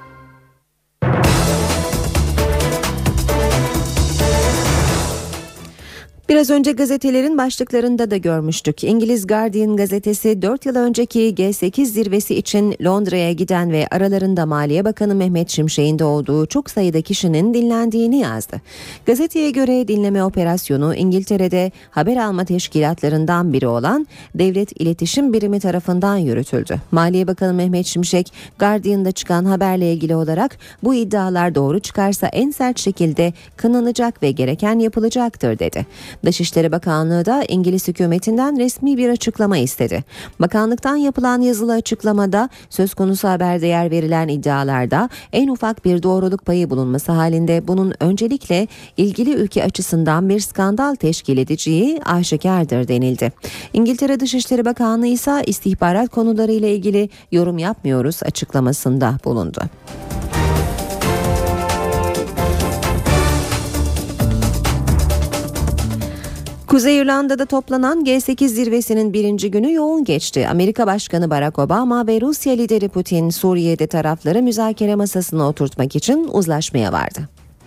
Biraz önce gazetelerin başlıklarında da görmüştük. İngiliz Guardian gazetesi 4 yıl önceki G8 zirvesi için Londra'ya giden ve aralarında Maliye Bakanı Mehmet Şimşek'in de olduğu çok sayıda kişinin dinlendiğini yazdı. Gazeteye göre dinleme operasyonu İngiltere'de haber alma teşkilatlarından biri olan Devlet İletişim Birimi tarafından yürütüldü. Maliye Bakanı Mehmet Şimşek, Guardian'da çıkan haberle ilgili olarak bu iddialar doğru çıkarsa en sert şekilde kınanacak ve gereken yapılacaktır dedi. Dışişleri Bakanlığı da İngiliz hükümetinden resmi bir açıklama istedi. Bakanlıktan yapılan yazılı açıklamada söz konusu haberde yer verilen iddialarda en ufak bir doğruluk payı bulunması halinde bunun öncelikle ilgili ülke açısından bir skandal teşkil edeceği aşikardır denildi. İngiltere Dışişleri Bakanlığı ise istihbarat konuları ile ilgili yorum yapmıyoruz açıklamasında bulundu. Kuzey İrlanda'da toplanan G8 zirvesinin birinci günü yoğun geçti. Amerika Başkanı Barack Obama ve Rusya lideri Putin Suriye'de tarafları müzakere masasına oturtmak için uzlaşmaya vardı.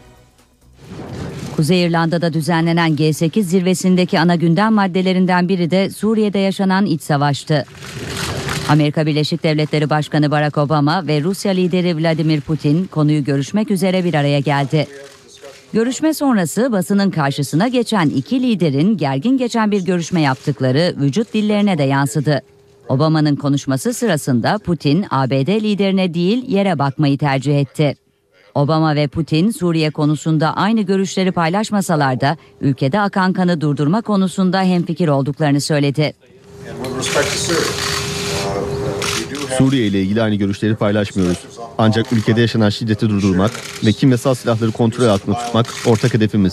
Kuzey İrlanda'da düzenlenen G8 zirvesindeki ana gündem maddelerinden biri de Suriye'de yaşanan iç savaştı. Amerika Birleşik Devletleri Başkanı Barack Obama ve Rusya lideri Vladimir Putin konuyu görüşmek üzere bir araya geldi. Görüşme sonrası basının karşısına geçen iki liderin gergin geçen bir görüşme yaptıkları vücut dillerine de yansıdı. Obama'nın konuşması sırasında Putin, ABD liderine değil yere bakmayı tercih etti. Obama ve Putin, Suriye konusunda aynı görüşleri paylaşmasalar da ülkede akan kanı durdurma konusunda hemfikir olduklarını söyledi. Suriye ile ilgili aynı görüşleri paylaşmıyoruz. Ancak ülkede yaşanan şiddeti durdurmak ve kimyasal silahları kontrol altında tutmak ortak hedefimiz.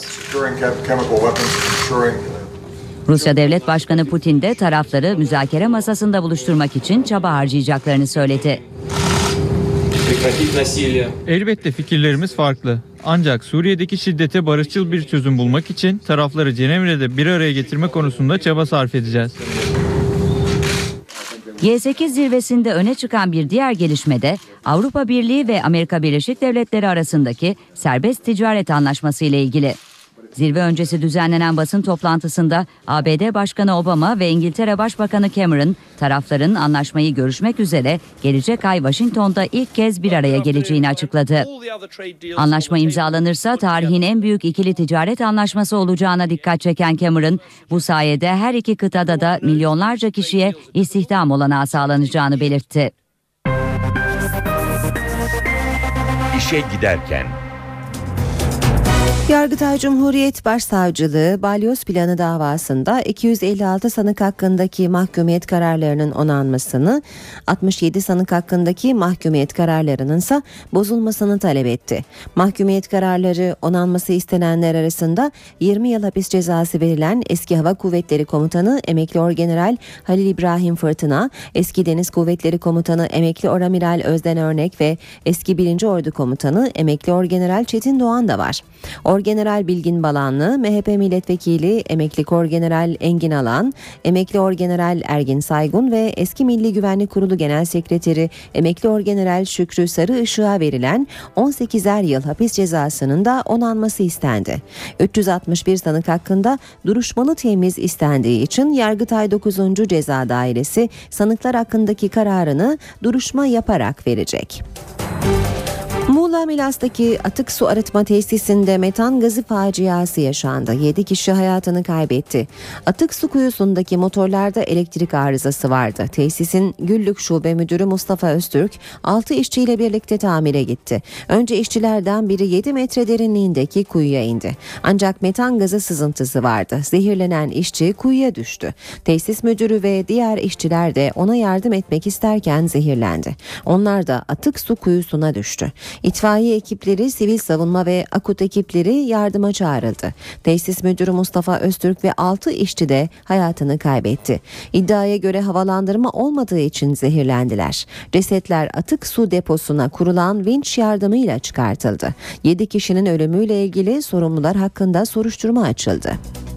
Rusya Devlet Başkanı Putin de tarafları müzakere masasında buluşturmak için çaba harcayacaklarını söyledi. Elbette fikirlerimiz farklı. Ancak Suriye'deki şiddete barışçıl bir çözüm bulmak için tarafları Cenevre'de bir araya getirme konusunda çaba sarf edeceğiz. G8 zirvesinde öne çıkan bir diğer gelişme de Avrupa Birliği ve Amerika Birleşik Devletleri arasındaki serbest ticaret anlaşması ile ilgili. Zirve öncesi düzenlenen basın toplantısında ABD Başkanı Obama ve İngiltere Başbakanı Cameron tarafların anlaşmayı görüşmek üzere gelecek ay Washington'da ilk kez bir araya geleceğini açıkladı. Anlaşma imzalanırsa tarihin en büyük ikili ticaret anlaşması olacağına dikkat çeken Cameron, bu sayede her iki kıtada da milyonlarca kişiye istihdam olanağı sağlanacağını belirtti. İşe giderken. Yargıtay Cumhuriyet Başsavcılığı balyoz planı davasında 256 sanık hakkındaki mahkumiyet kararlarının onanmasını, 67 sanık hakkındaki mahkumiyet kararlarının ise bozulmasını talep etti. Mahkumiyet kararları onanması istenenler arasında 20 yıl hapis cezası verilen eski Hava Kuvvetleri Komutanı Emekli Orgeneral Halil İbrahim Fırtına, eski Deniz Kuvvetleri Komutanı Emekli Oramiral Özden Örnek ve eski 1. Ordu Komutanı Emekli Orgeneral Çetin Doğan da var. Orgeneral Bilgin Balanlı, MHP Milletvekili Emekli Korgeneral Engin Alan, Emekli Orgeneral Ergin Saygun ve eski Milli Güvenlik Kurulu Genel Sekreteri Emekli Orgeneral Şükrü Sarıışık'a verilen 18'er yıl hapis cezasının da onanması istendi. 361 sanık hakkında duruşmalı temiz istendiği için Yargıtay 9. Ceza Dairesi sanıklar hakkındaki kararını duruşma yaparak verecek. Muğla Milas'taki atık su arıtma tesisinde metan gazı faciası yaşandı. 7 kişi hayatını kaybetti. Atık su kuyusundaki motorlarda elektrik arızası vardı. Tesisin Güllük Şube Müdürü Mustafa Öztürk 6 işçiyle birlikte tamire gitti. Önce işçilerden biri 7 metre derinliğindeki kuyuya indi. Ancak metan gazı sızıntısı vardı. Zehirlenen işçi kuyuya düştü. Tesis müdürü ve diğer işçiler de ona yardım etmek isterken zehirlendi. Onlar da atık su kuyusuna düştü. İtfaiye ekipleri, sivil savunma ve akut ekipleri yardıma çağrıldı. Tesis müdürü Mustafa Öztürk ve 6 işçi de hayatını kaybetti. İddiaya göre havalandırma olmadığı için zehirlendiler. Cesetler atık su deposuna kurulan vinç yardımıyla çıkartıldı. 7 kişinin ölümüyle ilgili sorumlular hakkında soruşturma açıldı.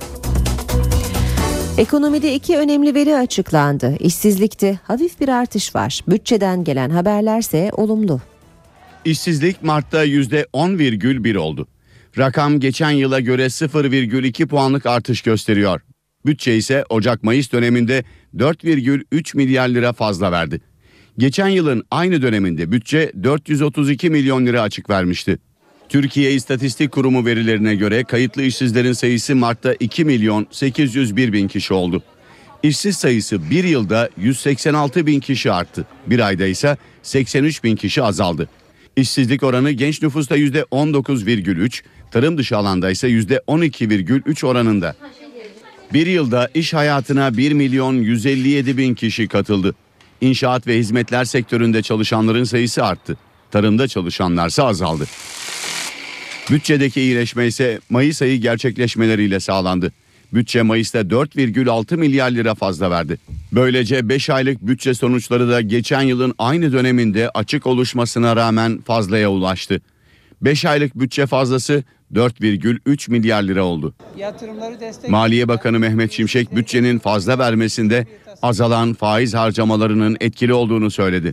Ekonomide 2 önemli veri açıklandı. İşsizlikte hafif bir artış var. Bütçeden gelen haberlerse olumlu. İşsizlik Mart'ta %10,1 oldu. Rakam geçen yıla göre 0,2 puanlık artış gösteriyor. Bütçe ise Ocak-Mayıs döneminde 4,3 milyar lira fazla verdi. Geçen yılın aynı döneminde bütçe 432 milyon lira açık vermişti. Türkiye İstatistik Kurumu verilerine göre kayıtlı işsizlerin sayısı Mart'ta 2 milyon 801 bin kişi oldu. İşsiz sayısı bir yılda 186 bin kişi arttı. Bir ayda ise 83 bin kişi azaldı. İşsizlik oranı genç nüfusta %19,3, tarım dışı alanda ise %12,3 oranında. Bir yılda iş hayatına 1 milyon 157 bin kişi katıldı. İnşaat ve hizmetler sektöründe çalışanların sayısı arttı. Tarımda çalışanlarsa azaldı. Bütçedeki iyileşme ise Mayıs ayı gerçekleşmeleriyle sağlandı. Bütçe Mayıs'ta 4,6 milyar lira fazla verdi. Böylece 5 aylık bütçe sonuçları da geçen yılın aynı döneminde açık oluşmasına rağmen fazlaya ulaştı. 5 aylık bütçe fazlası 4,3 milyar lira oldu. Maliye Bakanı Mehmet Şimşek bütçenin fazla vermesinde azalan faiz harcamalarının etkili olduğunu söyledi.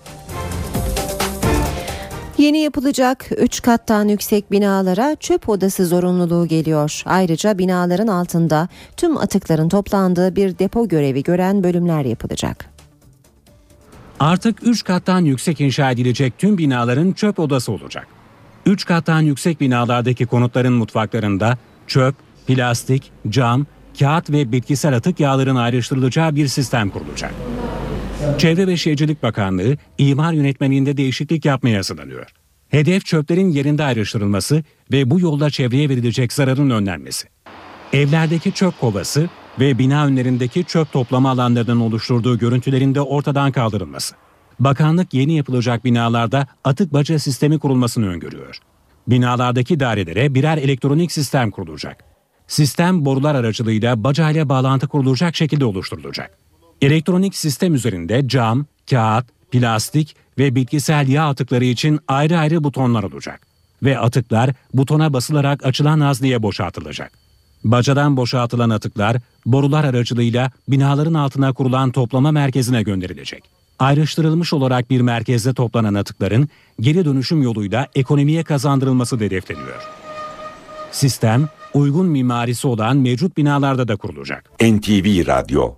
Yeni yapılacak 3 kattan yüksek binalara çöp odası zorunluluğu geliyor. Ayrıca binaların altında tüm atıkların toplandığı bir depo görevi gören bölümler yapılacak. Artık 3 kattan yüksek inşa edilecek tüm binaların çöp odası olacak. 3 kattan yüksek binalardaki konutların mutfaklarında çöp, plastik, cam, kağıt ve bitkisel atık yağların ayrıştırılacağı bir sistem kurulacak. Çevre ve Şehircilik Bakanlığı imar yönetmeliğinde değişiklik yapmaya hazırlanıyor. Hedef çöplerin yerinde ayrıştırılması ve bu yolda çevreye verilecek zararın önlenmesi. Evlerdeki çöp kovası ve bina önlerindeki çöp toplama alanlarının oluşturduğu görüntülerin de ortadan kaldırılması. Bakanlık yeni yapılacak binalarda atık baca sistemi kurulmasını öngörüyor. Binalardaki dairelere birer elektronik sistem kurulacak. Sistem borular aracılığıyla baca ile bağlantı kurulacak şekilde oluşturulacak. Elektronik sistem üzerinde cam, kağıt, plastik ve bitkisel yağ atıkları için ayrı ayrı butonlar olacak. Ve atıklar butona basılarak açılan hazneye boşaltılacak. Bacadan boşaltılan atıklar borular aracılığıyla binaların altına kurulan toplama merkezine gönderilecek. Ayrıştırılmış olarak bir merkezde toplanan atıkların geri dönüşüm yoluyla ekonomiye kazandırılması hedefleniyor. Sistem uygun mimarisi olan mevcut binalarda da kurulacak. NTV Radyo.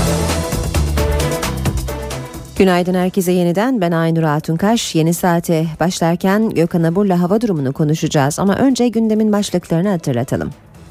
Günaydın herkese yeniden, ben Aynur Altunkaş. Yeni saate başlarken Gökhan Abur'la hava durumunu konuşacağız ama önce gündemin başlıklarını hatırlatalım.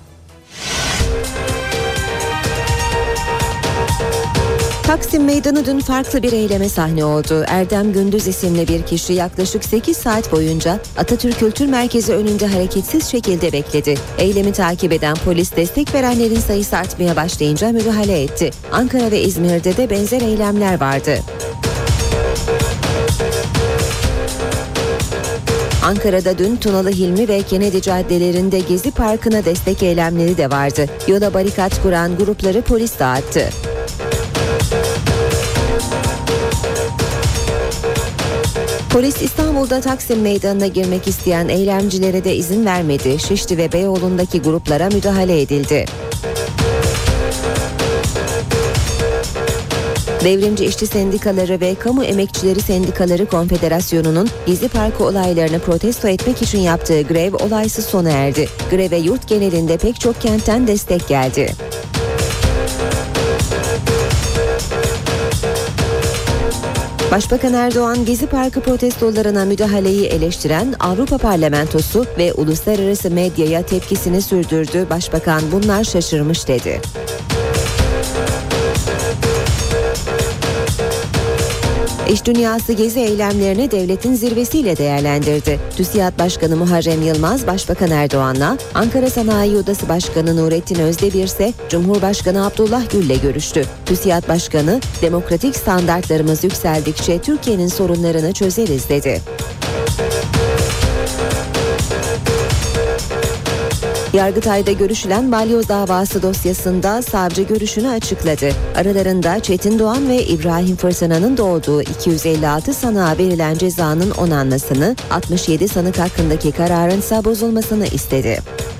Taksim Meydanı dün farklı bir eyleme sahne oldu. Erdem Gündüz isimli bir kişi yaklaşık 8 saat boyunca Atatürk Kültür Merkezi önünde hareketsiz şekilde bekledi. Eylemi takip eden polis destek verenlerin sayısı artmaya başlayınca müdahale etti. Ankara ve İzmir'de de benzer eylemler vardı. Ankara'da dün Tunalı Hilmi ve Kennedy caddelerinde Gezi Parkı'na destek eylemleri de vardı. Yola barikat kuran grupları polis dağıttı. Polis İstanbul'da Taksim Meydanı'na girmek isteyen eylemcilere de izin vermedi. Şişli ve Beyoğlu'ndaki gruplara müdahale edildi. Devrimci İşçi Sendikaları ve Kamu Emekçileri Sendikaları Konfederasyonu'nun Gezi Parkı olaylarını protesto etmek için yaptığı grev olaysız sona erdi. Greve yurt genelinde pek çok kentten destek geldi. Başbakan Erdoğan, Gezi Parkı protestolarına müdahaleyi eleştiren Avrupa Parlamentosu ve uluslararası medyaya tepkisini sürdürdü. Başbakan bunlar şaşırmış dedi. İş dünyası Gezi eylemlerini devletin zirvesiyle değerlendirdi. TÜSİAD Başkanı Muharrem Yılmaz, Başbakan Erdoğan'la, Ankara Sanayi Odası Başkanı Nurettin Özdemir ise Cumhurbaşkanı Abdullah Gül'le görüştü. TÜSİAD Başkanı, demokratik standartlarımız yükseldikçe Türkiye'nin sorunlarını çözeriz dedi. Yargıtay'da görüşülen balyoz davası dosyasında savcı görüşünü açıkladı. Aralarında Çetin Doğan ve İbrahim Fırtına'nın da olduğu 256 sanığa verilen cezanın onanmasını, 67 sanık hakkındaki kararın ise bozulmasını istedi.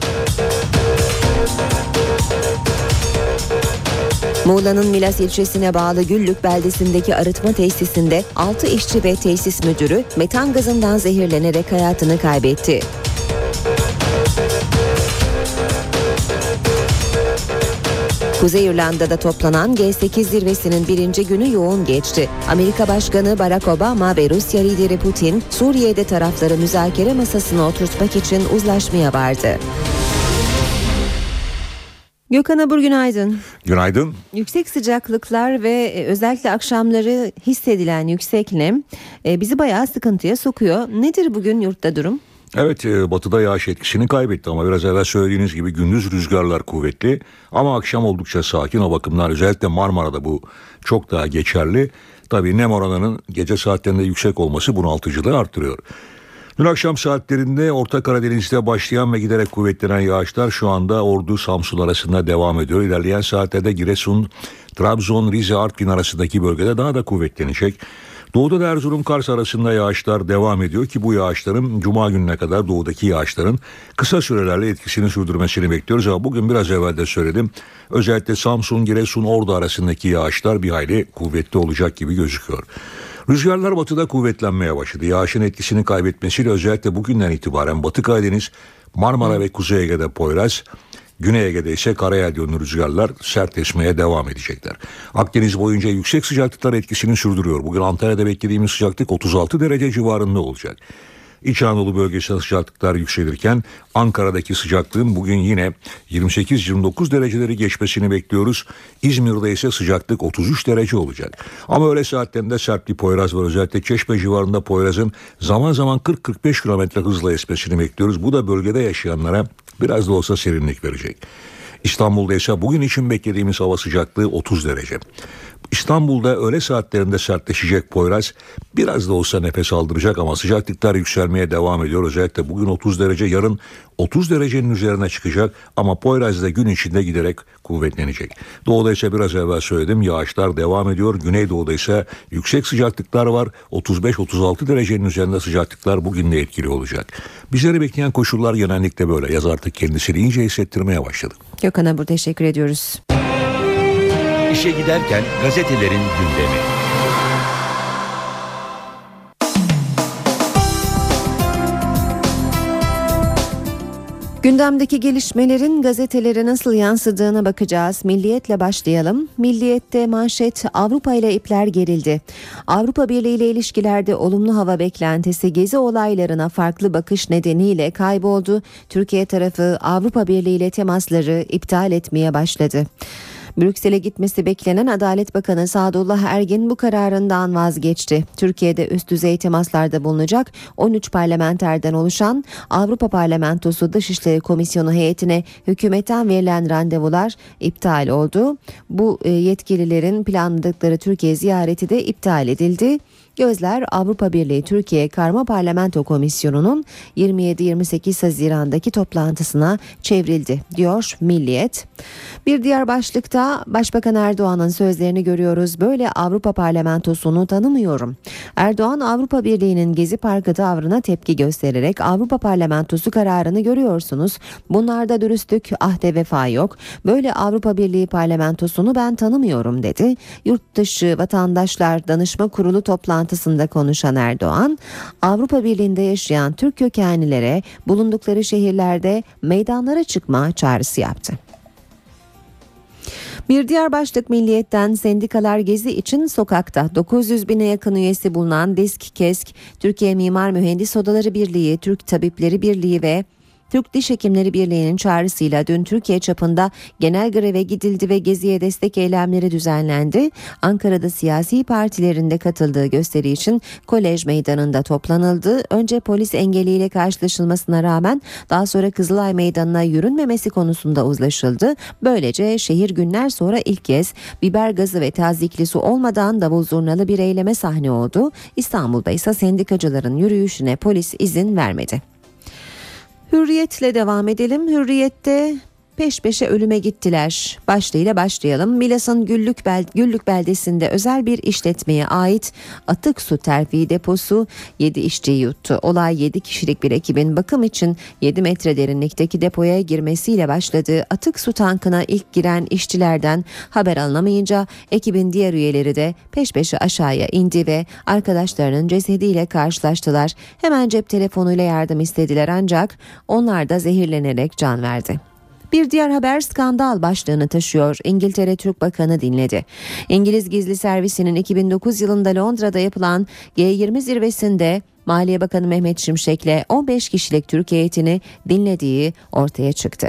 Muğla'nın Milas ilçesine bağlı Güllük beldesindeki arıtma tesisinde 6 işçi ve tesis müdürü metan gazından zehirlenerek hayatını kaybetti. Kuzey İrlanda'da toplanan G8 zirvesinin birinci günü yoğun geçti. Amerika Başkanı Barack Obama ve Rusya lideri Putin, Suriye'de tarafları müzakere masasına oturtmak için uzlaşmaya vardı. Gökhan Abur, günaydın. Günaydın. Yüksek sıcaklıklar ve özellikle akşamları hissedilen yüksek nem bizi bayağı sıkıntıya sokuyor. Nedir bugün yurtta durum? Evet, batıda yağış etkisini kaybetti ama biraz evvel söylediğiniz gibi gündüz rüzgarlar kuvvetli ama akşam oldukça sakin. O bakımdan özellikle Marmara'da bu çok daha geçerli. Tabii nem oranının gece saatlerinde yüksek olması bunaltıcılığı arttırıyor. Dün akşam saatlerinde Orta Karadeniz'de başlayan ve giderek kuvvetlenen yağışlar şu anda Ordu, Samsun arasında devam ediyor. İlerleyen saatlerde Giresun, Trabzon, Rize, Artvin arasındaki bölgede daha da kuvvetlenecek. Doğuda da Erzurum, Kars arasında yağışlar devam ediyor ki bu yağışların Cuma gününe kadar doğudaki yağışların kısa sürelerle etkisini sürdürmesini bekliyoruz. Ama bugün biraz evvel de söyledim. Özellikle Samsun, Giresun, Ordu arasındaki yağışlar bir hayli kuvvetli olacak gibi gözüküyor. Rüzgarlar batıda kuvvetlenmeye başladı. Yağışın etkisini kaybetmesiyle özellikle bugünden itibaren Batı Karadeniz, Marmara ve Kuzey Ege'de Poyraz, Güney Ege'de ise karayel yönlü rüzgarlar sert esmeye devam edecekler. Akdeniz boyunca yüksek sıcaklıklar etkisini sürdürüyor. Bugün Antalya'da beklediğimiz sıcaklık 36 derece civarında olacak. İç Anadolu bölgesinde sıcaklıklar yükselirken Ankara'daki sıcaklığın bugün yine 28-29 dereceleri geçmesini bekliyoruz. İzmir'de ise sıcaklık 33 derece olacak. Ama öğle saatlerinde sert bir Poyraz var. Özellikle Çeşme civarında Poyraz'ın zaman zaman 40-45 kilometre hızla esmesini bekliyoruz. Bu da bölgede yaşayanlara biraz da olsa serinlik verecek. İstanbul'da ise bugün için beklediğimiz hava sıcaklığı 30 derece. İstanbul'da öğle saatlerinde sertleşecek Poyraz biraz da olsa nefes aldıracak ama sıcaklıklar yükselmeye devam ediyor. Özellikle bugün 30 derece, yarın 30 derecenin üzerine çıkacak ama Poyraz da gün içinde giderek kuvvetlenecek. Doğuda ise biraz evvel söyledim, yağışlar devam ediyor. Güneydoğu'da ise yüksek sıcaklıklar var. 35-36 derecenin üzerinde sıcaklıklar bugün de etkili olacak. Bizleri bekleyen koşullar genellikle böyle. Yaz artık kendisini iyice hissettirmeye başladı. Gökhan Abur, teşekkür ediyoruz. İşe giderken gazetelerin gündemi. Gündemdeki gelişmelerin gazetelere nasıl yansıdığına bakacağız. Milliyet'le başlayalım. Milliyet'te manşet Avrupa ile ipler gerildi. Avrupa Birliği ile ilişkilerde olumlu hava beklentisi gezi olaylarına farklı bakış nedeniyle kayboldu. Türkiye tarafı Avrupa Birliği ile temasları iptal etmeye başladı. Brüksel'e gitmesi beklenen Adalet Bakanı Sadullah Ergin bu kararından vazgeçti. Türkiye'de üst düzey temaslarda bulunacak 13 parlamenterden oluşan Avrupa Parlamentosu Dışişleri Komisyonu heyetine hükümetten verilen randevular iptal oldu. Bu yetkililerin planladıkları Türkiye ziyareti de iptal edildi. Gözler Avrupa Birliği Türkiye Karma Parlamento Komisyonu'nun 27-28 Haziran'daki toplantısına çevrildi, diyor Milliyet. Bir diğer başlıkta Başbakan Erdoğan'ın sözlerini görüyoruz. Böyle Avrupa Parlamentosu'nu tanımıyorum. Erdoğan Avrupa Birliği'nin Gezi Parkı tavrına tepki göstererek Avrupa Parlamentosu kararını görüyorsunuz. Bunlarda dürüstlük, ahde vefa yok. Böyle Avrupa Birliği Parlamentosu'nu ben tanımıyorum dedi. Yurtdışı Vatandaşlar Danışma Kurulu toplantısında konuşan Erdoğan, Avrupa Birliği'nde yaşayan Türk kökenlilere bulundukları şehirlerde meydanlara çıkma çağrısı yaptı. Bir diğer başlık Milliyet'ten sendikalar gezi için sokakta. 900 bine yakın üyesi bulunan DİSK, KESK, Türkiye Mimar Mühendis Odaları Birliği, Türk Tabipleri Birliği ve Türk Diş Hekimleri Birliği'nin çağrısıyla dün Türkiye çapında genel greve gidildi ve geziye destek eylemleri düzenlendi. Ankara'da siyasi partilerin de katıldığı gösteri için Kolej Meydanı'nda toplanıldı. Önce polis engeliyle karşılaşılmasına rağmen daha sonra Kızılay Meydanı'na yürünmemesi konusunda uzlaşıldı. Böylece şehir günler sonra ilk kez biber gazı ve tazikli su olmadan davul zurnalı bir eyleme sahne oldu. İstanbul'da ise sendikacıların yürüyüşüne polis izin vermedi. Hürriyet'le devam edelim. Hürriyet'te peş peşe ölüme gittiler başlığıyla başlayalım. Milas'ın Güllük beldesinde özel bir işletmeye ait atık su terfi deposu 7 işçiyi yuttu. Olay 7 kişilik bir ekibin bakım için 7 metre derinlikteki depoya girmesiyle başladı. Atık su tankına ilk giren işçilerden haber alınamayınca ekibin diğer üyeleri de peş peşe aşağıya indi ve arkadaşlarının cesediyle karşılaştılar. Hemen cep telefonuyla yardım istediler ancak onlar da zehirlenerek can verdi. Bir diğer haber skandal başlığını taşıyor. İngiltere Türk Bakanı dinledi. İngiliz Gizli Servisi'nin 2009 yılında Londra'da yapılan G20 zirvesinde Maliye Bakanı Mehmet Şimşek'le 15 kişilik Türk heyetini dinlediği ortaya çıktı.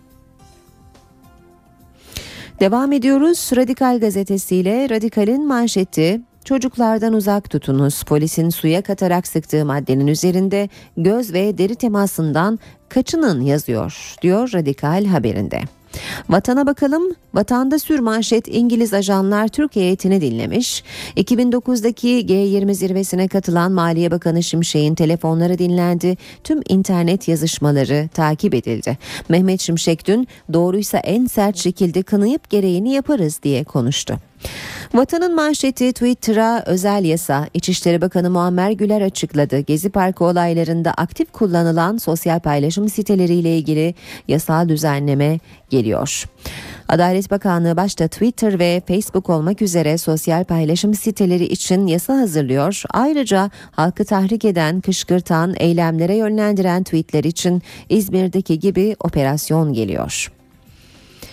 Devam ediyoruz. Radikal gazetesiyle. Radikal'in manşeti: çocuklardan uzak tutunuz. Polisin suya katarak sıktığı maddenin üzerinde göz ve deri temasından kaçının yazıyor, diyor Radikal haberinde. Vatana bakalım. Vatanda sürmanşet İngiliz ajanlar Türk heyetini dinlemiş. 2009'daki G20 zirvesine katılan Maliye Bakanı Şimşek'in telefonları dinlendi. Tüm internet yazışmaları takip edildi. Mehmet Şimşek dün doğruysa en sert şekilde kınayıp gereğini yaparız diye konuştu. Vatanın manşeti Twitter'a özel yasa. İçişleri Bakanı Muammer Güler açıkladı. Gezi Parkı olaylarında aktif kullanılan sosyal paylaşım siteleriyle ilgili yasal düzenleme geliyor. Adalet Bakanlığı başta Twitter ve Facebook olmak üzere sosyal paylaşım siteleri için yasa hazırlıyor. Ayrıca halkı tahrik eden, kışkırtan, eylemlere yönlendiren tweetler için İzmir'deki gibi operasyon geliyor.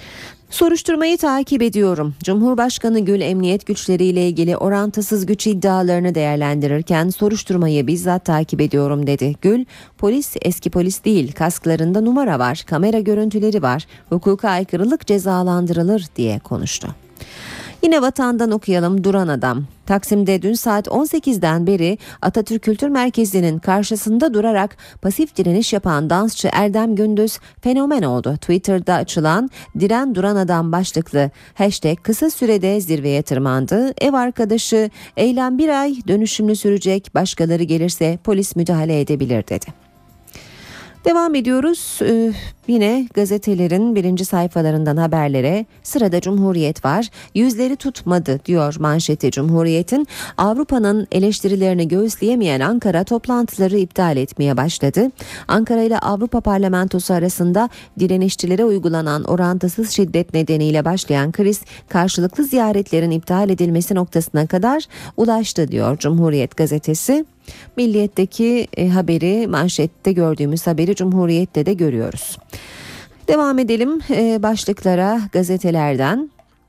Soruşturmayı takip ediyorum. Cumhurbaşkanı Gül emniyet güçleriyle ilgili orantısız güç iddialarını değerlendirirken soruşturmayı bizzat takip ediyorum dedi. Gül, polis eski polis değil, kasklarında numara var, kamera görüntüleri var, hukuka aykırılık cezalandırılır diye konuştu. Yine Vatan'dan okuyalım. Duran adam. Taksim'de dün saat 18'den beri Atatürk Kültür Merkezi'nin karşısında durarak pasif direniş yapan dansçı Erdem Gündüz fenomen oldu. Twitter'da açılan "Diren Duran Adam" başlıklı hashtag kısa sürede zirveye tırmandı. Ev arkadaşı "Eylem bir ay dönüşümlü sürecek, başkaları gelirse polis müdahale edebilir" dedi. Devam ediyoruz. Yine gazetelerin birinci sayfalarından haberlere. Sırada Cumhuriyet var. Yüzleri tutmadı diyor manşeti Cumhuriyet'in. Avrupa'nın eleştirilerini göğüsleyemeyen Ankara toplantıları iptal etmeye başladı. Ankara ile Avrupa Parlamentosu arasında direnişçilere uygulanan orantısız şiddet nedeniyle başlayan kriz karşılıklı ziyaretlerin iptal edilmesi noktasına kadar ulaştı diyor Cumhuriyet gazetesi. Milliyet'teki haberi, manşette gördüğümüz haberi Cumhuriyet'te de görüyoruz. Devam edelim başlıklara gazetelerden.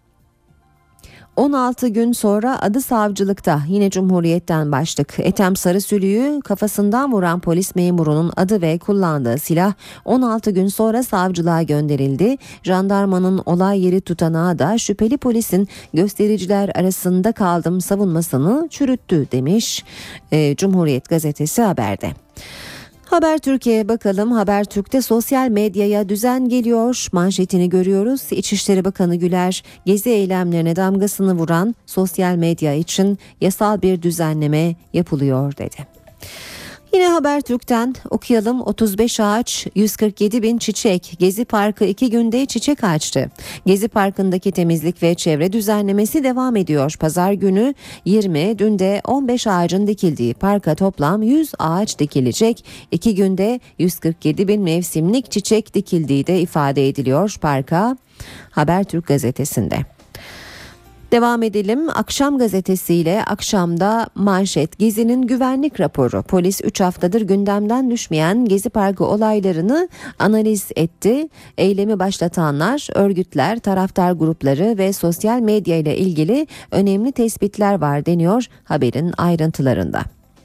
16 gün sonra adı savcılıkta, yine Cumhuriyet'ten başlık. Ethem Sarısülü'yü kafasından vuran polis memurunun adı ve kullandığı silah 16 gün sonra savcılığa gönderildi. Jandarmanın olay yeri tutanağı da şüpheli polisin göstericiler arasında kaldım savunmasını çürüttü demiş Cumhuriyet gazetesi haberde. Habertürk'e bakalım. Habertürk'te sosyal medyaya düzen geliyor manşetini görüyoruz. İçişleri Bakanı Güler, gezi eylemlerine damgasını vuran sosyal medya için yasal bir düzenleme yapılıyor dedi. Yine Habertürk'ten okuyalım. 35 ağaç, 147 bin çiçek. Gezi Parkı 2 günde çiçek açtı. Gezi Parkı'ndaki temizlik ve çevre düzenlemesi devam ediyor. Pazar günü 20, dün de 15 ağacın dikildiği parka toplam 100 ağaç dikilecek. 2 günde 147 bin mevsimlik çiçek dikildiği de ifade ediliyor parka. Habertürk gazetesinde. Devam edelim. Akşam gazetesiyle akşamda manşet Gezi'nin güvenlik raporu. Polis 3 haftadır gündemden düşmeyen Gezi Parkı olaylarını analiz etti. Eylemi başlatanlar, örgütler, taraftar grupları ve sosyal medya ile ilgili önemli tespitler var deniyor haberin ayrıntılarında.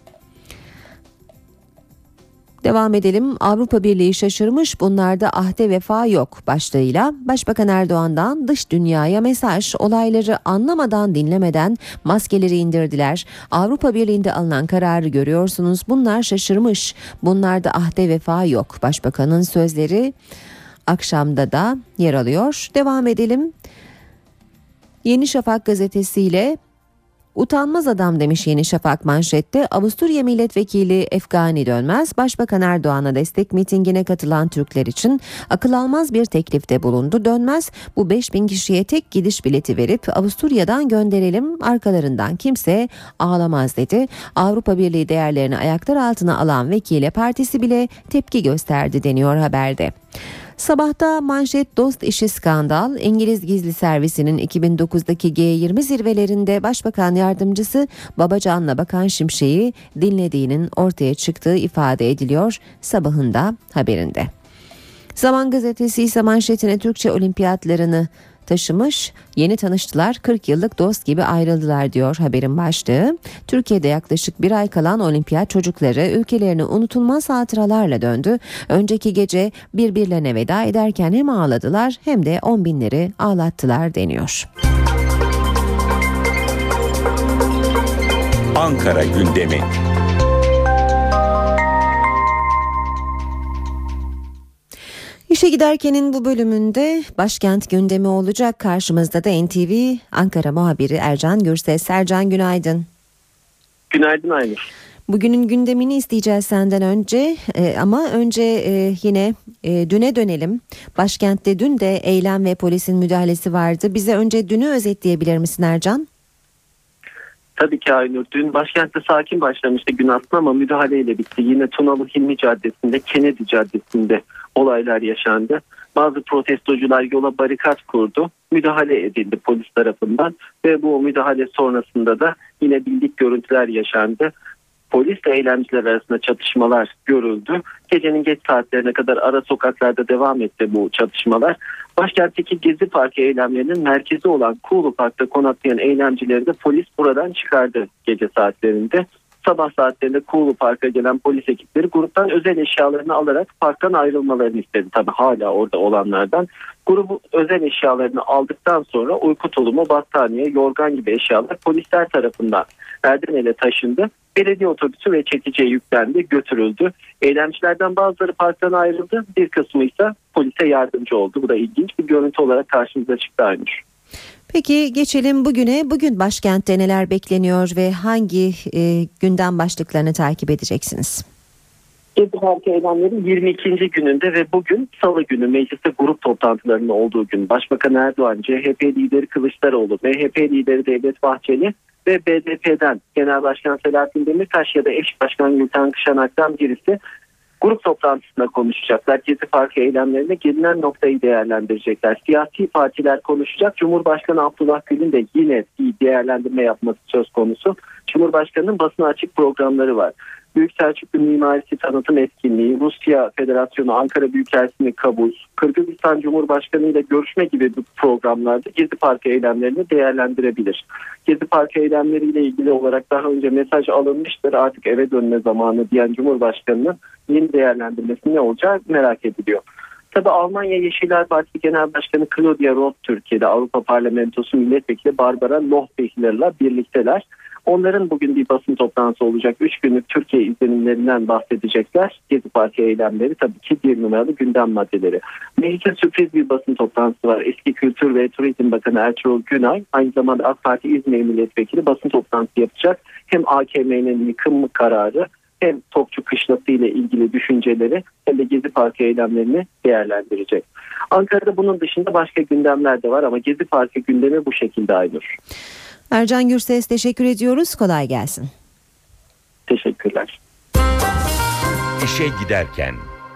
Devam edelim. Avrupa Birliği şaşırmış, bunlarda ahde vefa yok başlığıyla Başbakan Erdoğan'dan dış dünyaya mesaj. Olayları anlamadan dinlemeden maskeleri indirdiler. Avrupa Birliği'nde alınan kararı görüyorsunuz. Bunlar şaşırmış. Bunlarda ahde vefa yok. Başbakanın sözleri akşamda da yer alıyor. Devam edelim. Yeni Şafak gazetesiyle utanmaz adam demiş Yeni Şafak manşette. Avusturya Milletvekili Efgani Dönmez, Başbakan Erdoğan'a destek mitingine katılan Türkler için akıl almaz bir teklifte bulundu. Dönmez, bu 5000 kişiye tek gidiş bileti verip Avusturya'dan gönderelim, arkalarından kimse ağlamaz dedi. Avrupa Birliği değerlerini ayaklar altına alan vekile partisi bile tepki gösterdi deniyor haberde. Sabahta manşet dost işi skandal. İngiliz gizli servisinin 2009'daki G20 zirvelerinde Başbakan Yardımcısı Babacan'la Bakan Şimşek'i dinlediğinin ortaya çıktığı ifade ediliyor Sabah'ında haberinde. Zaman gazetesi ise manşetine Türkçe olimpiyatlarını taşımış. Yeni tanıştılar, 40 yıllık dost gibi ayrıldılar diyor haberin başlığı. Türkiye'de yaklaşık bir ay kalan olimpiyat çocukları ülkelerine unutulmaz hatıralarla döndü. Önceki gece birbirlerine veda ederken hem ağladılar hem de 10 binleri ağlattılar deniyor. Ankara gündemi. İşe giderkenin bu bölümünde başkent gündemi olacak. Karşımızda da NTV Ankara muhabiri Ercan Gürses. Ercan, günaydın. Günaydın Aynur. Bugünün gündemini isteyeceğiz senden önce ama önce yine düne dönelim. Başkentte dün de eylem ve polisin müdahalesi vardı. Bize önce dünü özetleyebilir misin Ercan? Tabii ki Aynur. Dün başkentte sakin başlamıştı gün aslında ama müdahaleyle bitti. Yine Tunalı Hilmi Caddesi'nde, Kennedy Caddesi'nde olaylar yaşandı. Bazı protestocular yola barikat kurdu. Müdahale edildi polis tarafından ve bu müdahale sonrasında da yine bildik görüntüler yaşandı. polisle eylemciler arasında çatışmalar görüldü. Gecenin geç saatlerine kadar ara sokaklarda devam etti bu çatışmalar. Başkentteki Gezi Parkı eylemlerinin merkezi olan Kuğulu Park'ta konaklayan eylemcileri de polis buradan çıkardı gece saatlerinde. Sabah saatlerinde Kuğulu Park'a gelen polis ekipleri gruptan özel eşyalarını alarak parktan ayrılmalarını istedi. Tabii hala orada olanlardan. Grubu özel eşyalarını aldıktan sonra uyku tulumu, battaniye, yorgan gibi eşyalar polisler tarafından Erdenel'e taşındı. Belediye otobüsü ve çekiciye yüklendi, götürüldü. Eylemcilerden bazıları parktan ayrıldı, bir kısmı ise polise yardımcı oldu. Bu da ilginç bir görüntü olarak karşımıza çıktı Aynur. Peki geçelim bugüne. Bugün başkentte neler bekleniyor ve hangi gündem başlıklarını takip edeceksiniz? Gezi Parkı eylemleri 22. gününde ve bugün Salı günü mecliste grup toplantılarının olduğu gün. Başbakan Erdoğan, CHP lideri Kılıçdaroğlu, MHP lideri Devlet Bahçeli ve BDP'den Genel Başkan Selahattin Demirtaş ya da eş başkan Gülten Kışanak'tan birisi grup toplantısında konuşacaklar. Gezi Parkı eylemlerine gelinen noktayı değerlendirecekler. Siyasi partiler konuşacak. Cumhurbaşkanı Abdullah Gül'ün de yine bir değerlendirme yapması söz konusu. Cumhurbaşkanı'nın basına açık programları var. Büyük Selçuklu Mimarisi Tanıtım Etkinliği, Rusya Federasyonu Ankara Büyükelçiliği kabul, Kırgızistan Cumhurbaşkanı ile görüşme gibi programlarda Gezi Parkı eylemlerini değerlendirebilir. Gezi Parkı eylemleriyle ilgili olarak daha önce mesaj alınmıştır. Artık eve dönme zamanı diyen Cumhurbaşkanı'nın yeni değerlendirmesi ne olacağı merak ediliyor. Tabii Almanya Yeşiller Partisi Genel Başkanı Claudia Roth Türkiye'de, Avrupa Parlamentosu Milletvekili Barbara Lochbihler'la birlikteler. Onların bugün bir basın toplantısı olacak. 3 günlük Türkiye izlenimlerinden bahsedecekler. Gezi Parkı eylemleri tabii ki bir numaralı gündem maddeleri. Mecliste sürpriz bir basın toplantısı var. Eski Kültür ve Turizm Bakanı Ertuğrul Günay, aynı zamanda AK Parti İzmir Milletvekili basın toplantısı yapacak. Hem AKM'nin yıkım kararı hem Topçu Kışlası ile ilgili düşünceleri hem de Gezi Parkı eylemlerini değerlendirecek. Ankara'da bunun dışında başka gündemler de var ama Gezi Parkı gündemi bu şekilde Aynur. Ercan Gürses teşekkür ediyoruz. Kolay gelsin. Teşekkürler. İşe giderken.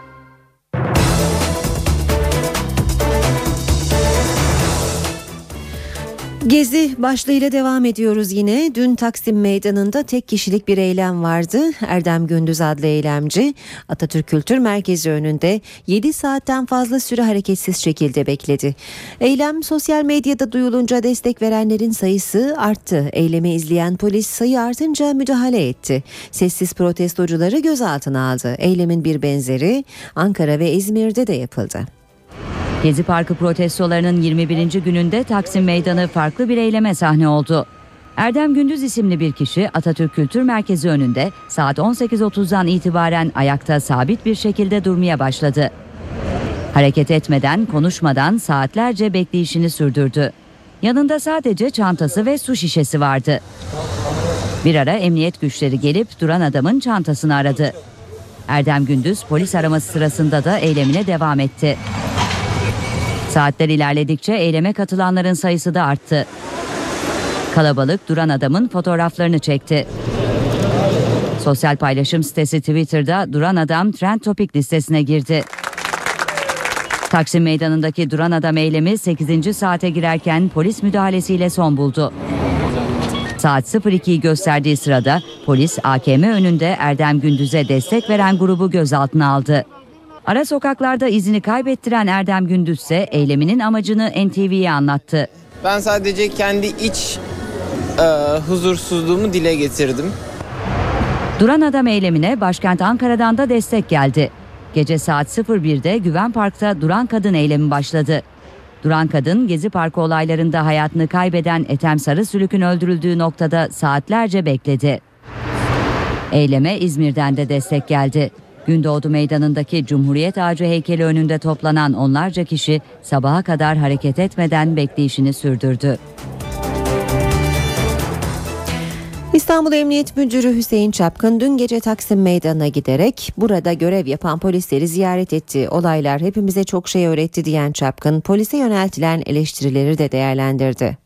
Gezi başlığıyla devam ediyoruz yine. Dün Taksim Meydanı'nda tek kişilik bir eylem vardı. Erdem Gündüz adlı eylemci Atatürk Kültür Merkezi önünde 7 saatten fazla süre hareketsiz şekilde bekledi. Eylem sosyal medyada duyulunca destek verenlerin sayısı arttı. Eylemi izleyen polis sayı artınca müdahale etti. Sessiz protestocuları gözaltına aldı. Eylemin bir benzeri Ankara ve İzmir'de de yapıldı. Gezi Parkı protestolarının 21. gününde Taksim Meydanı farklı bir eyleme sahne oldu. Erdem Gündüz isimli bir kişi Atatürk Kültür Merkezi önünde saat 18.30'dan itibaren ayakta sabit bir şekilde durmaya başladı. Hareket etmeden, konuşmadan saatlerce bekleyişini sürdürdü. Yanında sadece çantası ve su şişesi vardı. Bir ara emniyet güçleri gelip duran adamın çantasını aradı. Erdem Gündüz polis araması sırasında da eylemine devam etti. Saatler ilerledikçe eyleme katılanların sayısı da arttı. Kalabalık duran adamın fotoğraflarını çekti. Sosyal paylaşım sitesi Twitter'da duran adam Trend Topic listesine girdi. Taksim Meydanı'ndaki duran adam eylemi 8. saate girerken polis müdahalesiyle son buldu. Saat 02'yi gösterdiği sırada polis AKM önünde Erdem Gündüz'e destek veren grubu gözaltına aldı. Ara sokaklarda izini kaybettiren Erdem Gündüz ise eyleminin amacını NTV'ye anlattı. Ben sadece kendi iç huzursuzluğumu dile getirdim. Duran adam eylemine başkent Ankara'dan da destek geldi. Gece saat 01'de Güven Park'ta Duran Kadın eylemi başladı. Duran Kadın, Gezi Parkı olaylarında hayatını kaybeden Ethem Sarısülük'ün öldürüldüğü noktada saatlerce bekledi. Eyleme İzmir'den de destek geldi. Gündoğdu Meydanı'ndaki Cumhuriyet Ağacı heykeli önünde toplanan onlarca kişi sabaha kadar hareket etmeden bekleyişini sürdürdü. İstanbul Emniyet Müdürü Hüseyin Çapkın dün gece Taksim Meydanı'na giderek burada görev yapan polisleri ziyaret etti. Olaylar hepimize çok şey öğretti diyen Çapkın polise yöneltilen eleştirileri de değerlendirdi.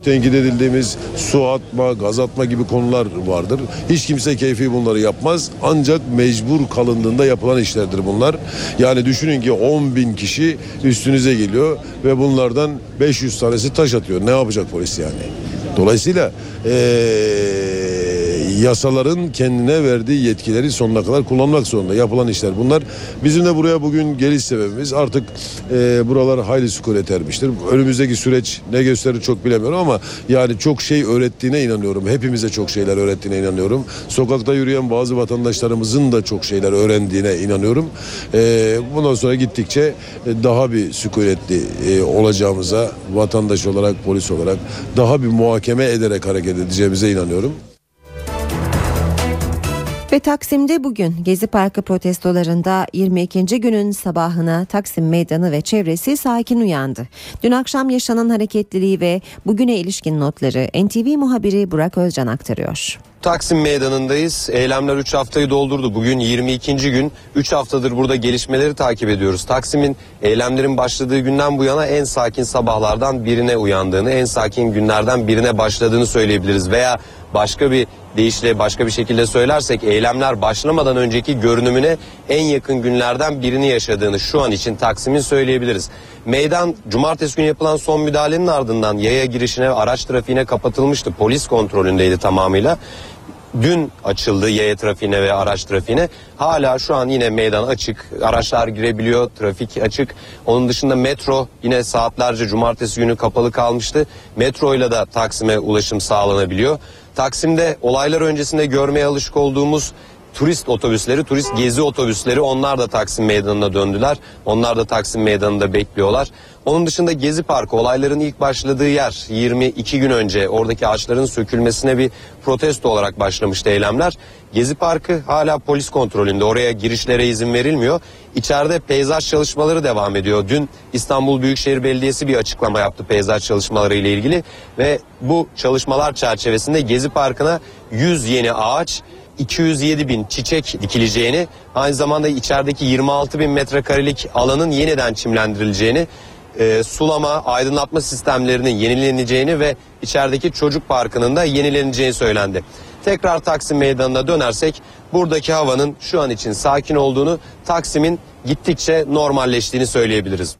Tenkit edildiğimiz su atma, gaz atma gibi konular vardır. Hiç kimse keyfi bunları yapmaz. Ancak mecbur kalındığında yapılan işlerdir bunlar. Yani düşünün ki 10.000 kişi üstünüze geliyor ve bunlardan 500 tanesi taş atıyor. Ne yapacak polis yani? Dolayısıyla yasaların kendine verdiği yetkileri sonuna kadar kullanmak zorunda. Yapılan işler bunlar. Bizim de buraya bugün geliş sebebimiz artık buralar hayli sükunete ermiştir. Önümüzdeki süreç ne gösterir çok bilemiyorum ama yani çok şey öğrettiğine inanıyorum. Hepimize çok şeyler öğrettiğine inanıyorum. Sokakta yürüyen bazı vatandaşlarımızın da çok şeyler öğrendiğine inanıyorum. Bundan sonra gittikçe daha bir sükunetli olacağımıza, vatandaş olarak, polis olarak daha bir muhakeme ederek hareket edeceğimize inanıyorum. Ve Taksim'de bugün Gezi Parkı protestolarında 22. günün sabahına Taksim Meydanı ve çevresi sakin uyandı. Dün akşam yaşanan hareketliliği ve bugüne ilişkin notları NTV muhabiri Burak Özcan aktarıyor. Taksim Meydanı'ndayız. Eylemler 3 haftayı doldurdu. Bugün 22. gün. 3 haftadır burada gelişmeleri takip ediyoruz. Taksim'in eylemlerin başladığı günden bu yana en sakin sabahlardan birine uyandığını, en sakin günlerden birine başladığını söyleyebiliriz. Veya başka bir deyişle, başka bir şekilde söylersek eylemler başlamadan önceki görünümüne en yakın günlerden birini yaşadığını şu an için Taksim'in söyleyebiliriz. Meydan cumartesi günü yapılan son müdahalenin ardından yaya girişine, araç trafiğine kapatılmıştı. Polis kontrolündeydi tamamıyla. Dün açıldı yaya trafiğine ve araç trafiğine. Hala şu an yine meydan açık. Araçlar girebiliyor, trafik açık. Onun dışında metro yine saatlerce cumartesi günü kapalı kalmıştı. Metroyla da Taksim'e ulaşım sağlanabiliyor. Taksim'de olaylar öncesinde görmeye alışık olduğumuz turist otobüsleri, turist gezi otobüsleri, onlar da Taksim Meydanı'na döndüler. Onlar da Taksim Meydanı'nda bekliyorlar. Onun dışında Gezi Parkı, olayların ilk başladığı yer, 22 gün önce oradaki ağaçların sökülmesine bir protesto olarak başlamıştı eylemler. Gezi Parkı hala polis kontrolünde, oraya girişlere izin verilmiyor. İçeride peyzaj çalışmaları devam ediyor. Dün İstanbul Büyükşehir Belediyesi bir açıklama yaptı peyzaj çalışmaları ile ilgili ve bu çalışmalar çerçevesinde Gezi Parkı'na 100 yeni ağaç, 207 bin çiçek dikileceğini, aynı zamanda içerideki 26 bin metrekarelik alanın yeniden çimlendirileceğini, sulama, aydınlatma sistemlerinin yenileneceğini ve içerideki çocuk parkının da yenileneceğini söylendi. Tekrar Taksim Meydanı'na dönersek buradaki havanın şu an için sakin olduğunu, Taksim'in gittikçe normalleştiğini söyleyebiliriz.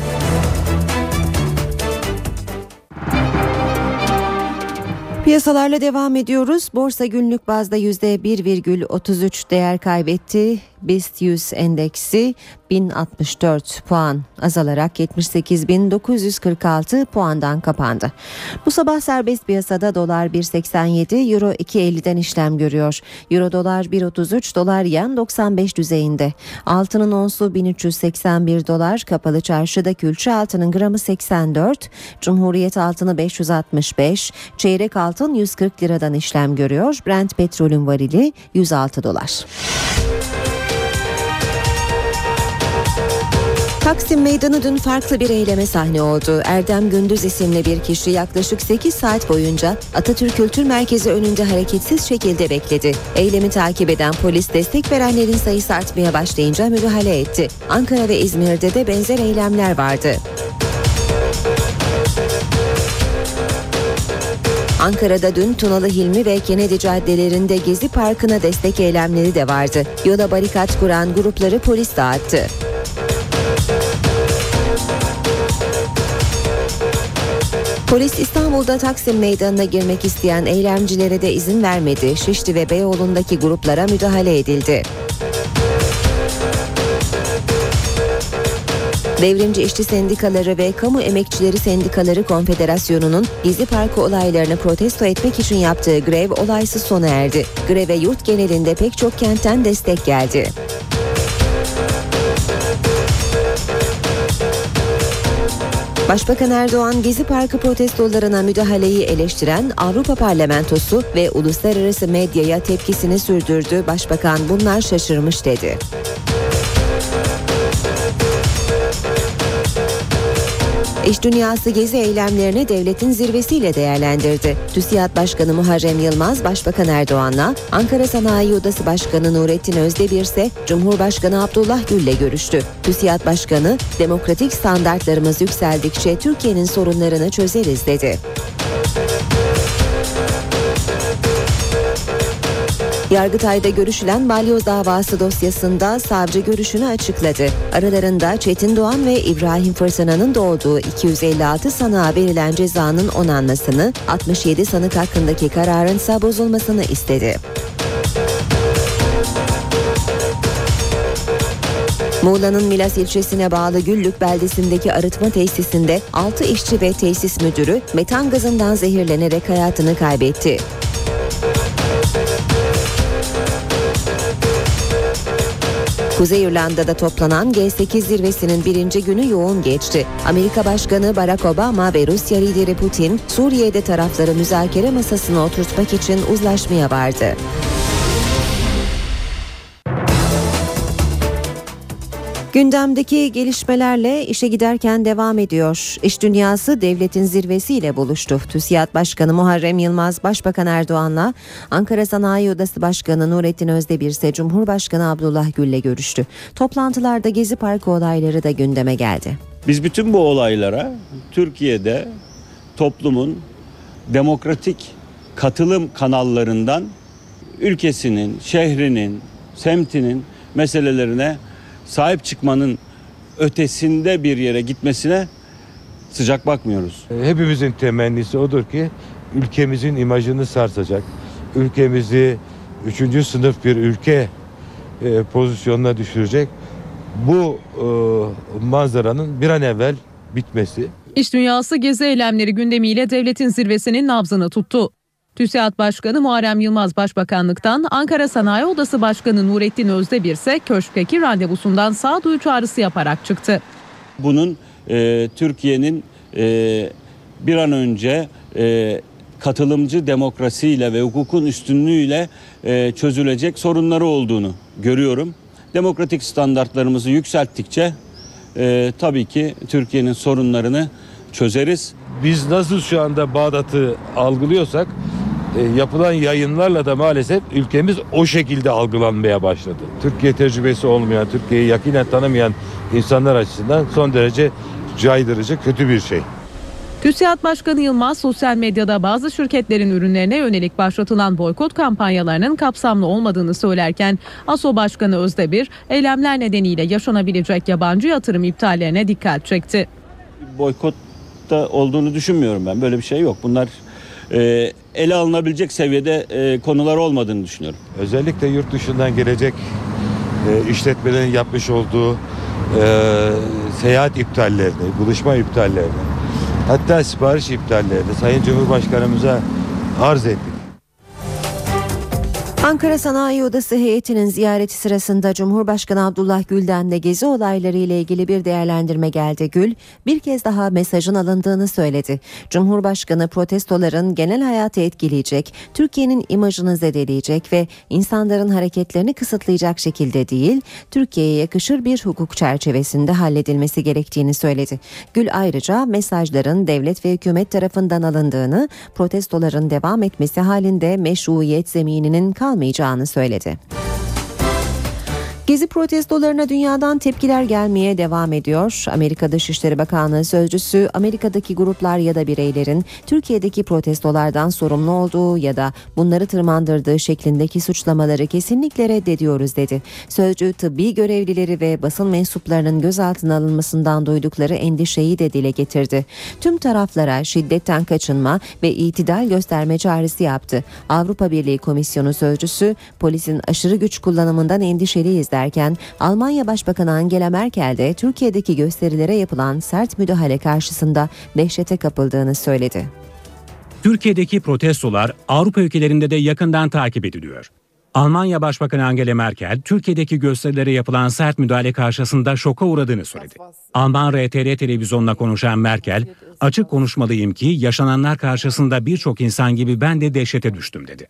Piyasalarla devam ediyoruz. Borsa günlük bazda %1,33 değer kaybetti. BIST 100 endeksi 1064 puan azalarak 78.946 puandan kapandı. Bu sabah serbest piyasada dolar 1.87, euro 2.50'den işlem görüyor. Euro dolar 1.33, dolar yen 95 düzeyinde. Altının onsu 1381 dolar, kapalı çarşıda külçe altının gramı 84, Cumhuriyet altını 565, çeyrek altın 140 liradan işlem görüyor. Brent petrolün varili 106 dolar. Taksim Meydanı dün farklı bir eyleme sahne oldu. Erdem Gündüz isimli bir kişi yaklaşık 8 saat boyunca Atatürk Kültür Merkezi önünde hareketsiz şekilde bekledi. Eylemi takip eden polis destek verenlerin sayısı artmaya başlayınca müdahale etti. Ankara ve İzmir'de de benzer eylemler vardı. Ankara'da dün Tunalı Hilmi ve Kennedy caddelerinde Gezi Parkı'na destek eylemleri de vardı. Yola barikat kuran grupları polis dağıttı. Polis İstanbul'da Taksim Meydanı'na girmek isteyen eylemcilere de izin vermedi. Şişli ve Beyoğlu'ndaki gruplara müdahale edildi. Devrimci İşçi Sendikaları ve Kamu Emekçileri Sendikaları Konfederasyonu'nun Gezi Parkı olaylarını protesto etmek için yaptığı grev olaysız sona erdi. Greve yurt genelinde pek çok kentten destek geldi. Başbakan Erdoğan, Gezi Parkı protestolarına müdahaleyi eleştiren Avrupa Parlamentosu ve uluslararası medyaya tepkisini sürdürdü. Başbakan bunlar şaşırmış dedi. İş dünyası Gezi eylemlerini devletin zirvesiyle değerlendirdi. TÜSİAD Başkanı Muharrem Yılmaz, Başbakan Erdoğan'la, Ankara Sanayi Odası Başkanı Nurettin Özdemir ise Cumhurbaşkanı Abdullah Gül'le görüştü. TÜSİAD Başkanı, demokratik standartlarımız yükseldikçe Türkiye'nin sorunlarını çözeriz dedi. Yargıtay'da görüşülen balyoz davası dosyasında savcı görüşünü açıkladı. Aralarında Çetin Doğan ve İbrahim Fırtına'nın doğduğu 256 sanığa verilen cezanın onanmasını, 67 sanık hakkındaki kararın ise bozulmasını istedi. Muğla'nın Milas ilçesine bağlı Güllük beldesindeki arıtma tesisinde 6 işçi ve tesis müdürü metan gazından zehirlenerek hayatını kaybetti. Kuzey İrlanda'da toplanan G8 zirvesinin birinci günü yoğun geçti. Amerika Başkanı Barack Obama ve Rusya lideri Putin, Suriye'de tarafları müzakere masasına oturtmak için uzlaşmaya vardı. Gündemdeki gelişmelerle işe giderken devam ediyor. İş dünyası devletin zirvesiyle buluştu. TÜSİAD Başkanı Muharrem Yılmaz, Başbakan Erdoğan'la Ankara Sanayi Odası Başkanı Nurettin Özdemir ise Cumhurbaşkanı Abdullah Gül'le görüştü. Toplantılarda Gezi Parkı olayları da gündeme geldi. Biz bütün bu olaylara Türkiye'de toplumun demokratik katılım kanallarından ülkesinin, şehrinin, semtinin meselelerine sahip çıkmanın ötesinde bir yere gitmesine sıcak bakmıyoruz. Hepimizin temennisi odur ki ülkemizin imajını sarsacak, ülkemizi 3. sınıf bir ülke pozisyonuna düşürecek bu manzaranın bir an evvel bitmesi. İş dünyası gezi eylemleri gündemiyle devletin zirvesinin nabzını tuttu. TÜSİAD Başkanı Muharrem Yılmaz Başbakanlıktan, Ankara Sanayi Odası Başkanı Nurettin Özdemir ise köşkteki randevusundan sağduyu çağrısı yaparak çıktı. Bunun Türkiye'nin bir an önce katılımcı demokrasiyle ve hukukun üstünlüğüyle çözülecek sorunları olduğunu görüyorum. Demokratik standartlarımızı yükselttikçe tabii ki Türkiye'nin sorunlarını çözeriz. Biz nasıl şu anda Bağdat'ı algılıyorsak yapılan yayınlarla da maalesef ülkemiz o şekilde algılanmaya başladı. Türkiye tecrübesi olmayan, Türkiye'yi yakinen tanımayan insanlar açısından son derece caydırıcı kötü bir şey. TÜSİAD Başkanı Yılmaz sosyal medyada bazı şirketlerin ürünlerine yönelik başlatılan boykot kampanyalarının kapsamlı olmadığını söylerken ASO Başkanı Özdemir eylemler nedeniyle yaşanabilecek yabancı yatırım iptallerine dikkat çekti. Boykotta olduğunu düşünmüyorum ben. Böyle bir şey yok. Bunlar ele alınabilecek seviyede konular olmadığını düşünüyorum. Özellikle yurt dışından gelecek işletmelerin yapmış olduğu seyahat iptallerini, buluşma iptallerini, hatta sipariş iptallerini Sayın Cumhurbaşkanımıza arz ettik. Ankara Sanayi Odası heyetinin ziyareti sırasında Cumhurbaşkanı Abdullah Gül'den de gezi olayları ile ilgili bir değerlendirme geldi. Gül bir kez daha mesajın alındığını söyledi. Cumhurbaşkanı protestoların genel hayatı etkileyecek, Türkiye'nin imajını zedeleyecek ve insanların hareketlerini kısıtlayacak şekilde değil, Türkiye'ye yakışır bir hukuk çerçevesinde halledilmesi gerektiğini söyledi. Gül ayrıca mesajların devlet ve hükümet tarafından alındığını, protestoların devam etmesi halinde meşruiyet zemininin kalmayacağını söyledi. Gezi protestolarına dünyadan tepkiler gelmeye devam ediyor. Amerika Dışişleri Bakanlığı sözcüsü Amerika'daki gruplar ya da bireylerin Türkiye'deki protestolardan sorumlu olduğu ya da bunları tırmandırdığı şeklindeki suçlamaları kesinlikle reddediyoruz dedi. Sözcü tıbbi görevlileri ve basın mensuplarının gözaltına alınmasından duydukları endişeyi de dile getirdi. Tüm taraflara şiddetten kaçınma ve itidal gösterme çağrısı yaptı. Avrupa Birliği Komisyonu sözcüsü polisin aşırı güç kullanımından endişeliyiz derken Almanya Başbakanı Angela Merkel de Türkiye'deki gösterilere yapılan sert müdahale karşısında dehşete kapıldığını söyledi. Türkiye'deki protestolar Avrupa ülkelerinde de yakından takip ediliyor. Almanya Başbakanı Angela Merkel, Türkiye'deki gösterilere yapılan sert müdahale karşısında şoka uğradığını söyledi. Alman RTL televizyonuna konuşan Merkel, açık konuşmalıyım ki yaşananlar karşısında birçok insan gibi ben de dehşete düştüm dedi.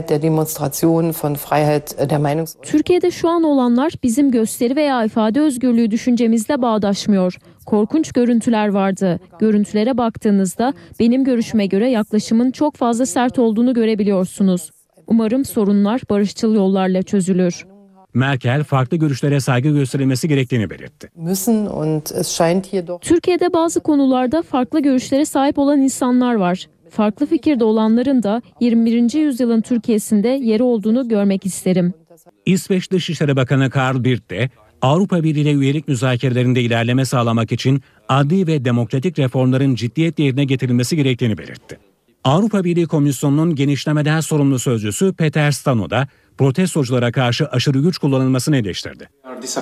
Türkiye'de şu an olanlar bizim gösteri veya ifade özgürlüğü düşüncemizle bağdaşmıyor. Korkunç görüntüler vardı. Görüntülere baktığınızda benim görüşüme göre yaklaşımın çok fazla sert olduğunu görebiliyorsunuz. Umarım sorunlar barışçıl yollarla çözülür. Merkel farklı görüşlere saygı gösterilmesi gerektiğini belirtti. Türkiye'de bazı konularda farklı görüşlere sahip olan insanlar var. Farklı fikirde olanların da 21. yüzyılın Türkiye'sinde yeri olduğunu görmek isterim. İsveç Dışişleri Bakanı Carl Bildt de Avrupa Birliği ile üyelik müzakerelerinde ilerleme sağlamak için adli ve demokratik reformların ciddiyetle yerine getirilmesi gerektiğini belirtti. Avrupa Birliği Komisyonu'nun genişlemeden sorumlu sözcüsü Peter Stano da protestoculara karşı aşırı güç kullanılmasını eleştirdi.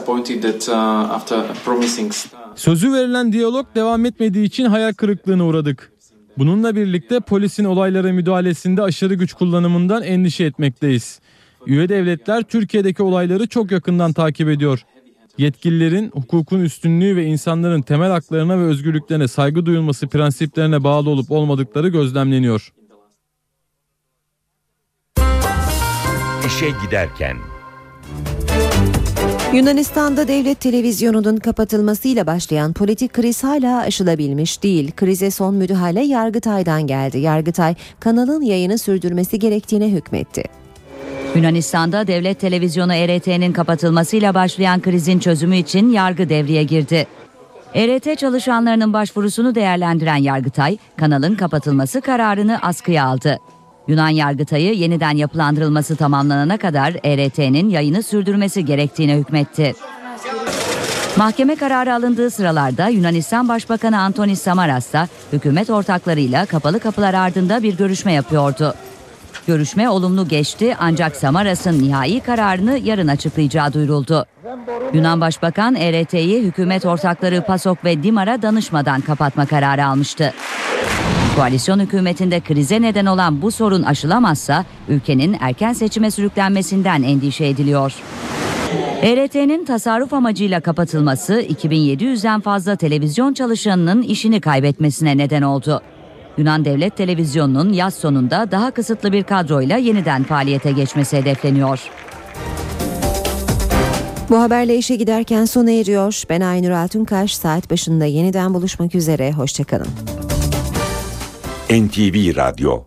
Sözü verilen diyalog devam etmediği için hayal kırıklığına uğradık. Bununla birlikte polisin olaylara müdahalesinde aşırı güç kullanımından endişe etmekteyiz. Üye devletler Türkiye'deki olayları çok yakından takip ediyor. Yetkililerin hukukun üstünlüğü ve insanların temel haklarına ve özgürlüklerine saygı duyulması prensiplerine bağlı olup olmadıkları gözlemleniyor. İşe giderken. Yunanistan'da devlet televizyonunun kapatılmasıyla başlayan politik kriz hala aşılabilmiş değil. Krize son müdahale Yargıtay'dan geldi. Yargıtay, kanalın yayını sürdürmesi gerektiğine hükmetti. Yunanistan'da devlet televizyonu ERT'nin kapatılmasıyla başlayan krizin çözümü için yargı devreye girdi. ERT çalışanlarının başvurusunu değerlendiren Yargıtay, kanalın kapatılması kararını askıya aldı. Yunan Yargıtay'ı yeniden yapılandırılması tamamlanana kadar ERT'nin yayını sürdürmesi gerektiğine hükmetti. Mahkeme kararı alındığı sıralarda Yunanistan Başbakanı Antonis Samaras da hükümet ortaklarıyla kapalı kapılar ardında bir görüşme yapıyordu. Görüşme olumlu geçti ancak Samaras'ın nihai kararını yarın açıklayacağı duyuruldu. Yunan Başbakan ERT'yi hükümet ortakları PASOK ve DİMAR'a danışmadan kapatma kararı almıştı. Koalisyon hükümetinde krize neden olan bu sorun aşılamazsa ülkenin erken seçime sürüklenmesinden endişe ediliyor. ERT'nin tasarruf amacıyla kapatılması 2700'den fazla televizyon çalışanının işini kaybetmesine neden oldu. Yunan Devlet Televizyonu'nun yaz sonunda daha kısıtlı bir kadroyla yeniden faaliyete geçmesi hedefleniyor. Bu haberle işe giderken sona eriyor. Ben Aynur Altunkaş, saat başında yeniden buluşmak üzere. Hoşçakalın. NTV Radyo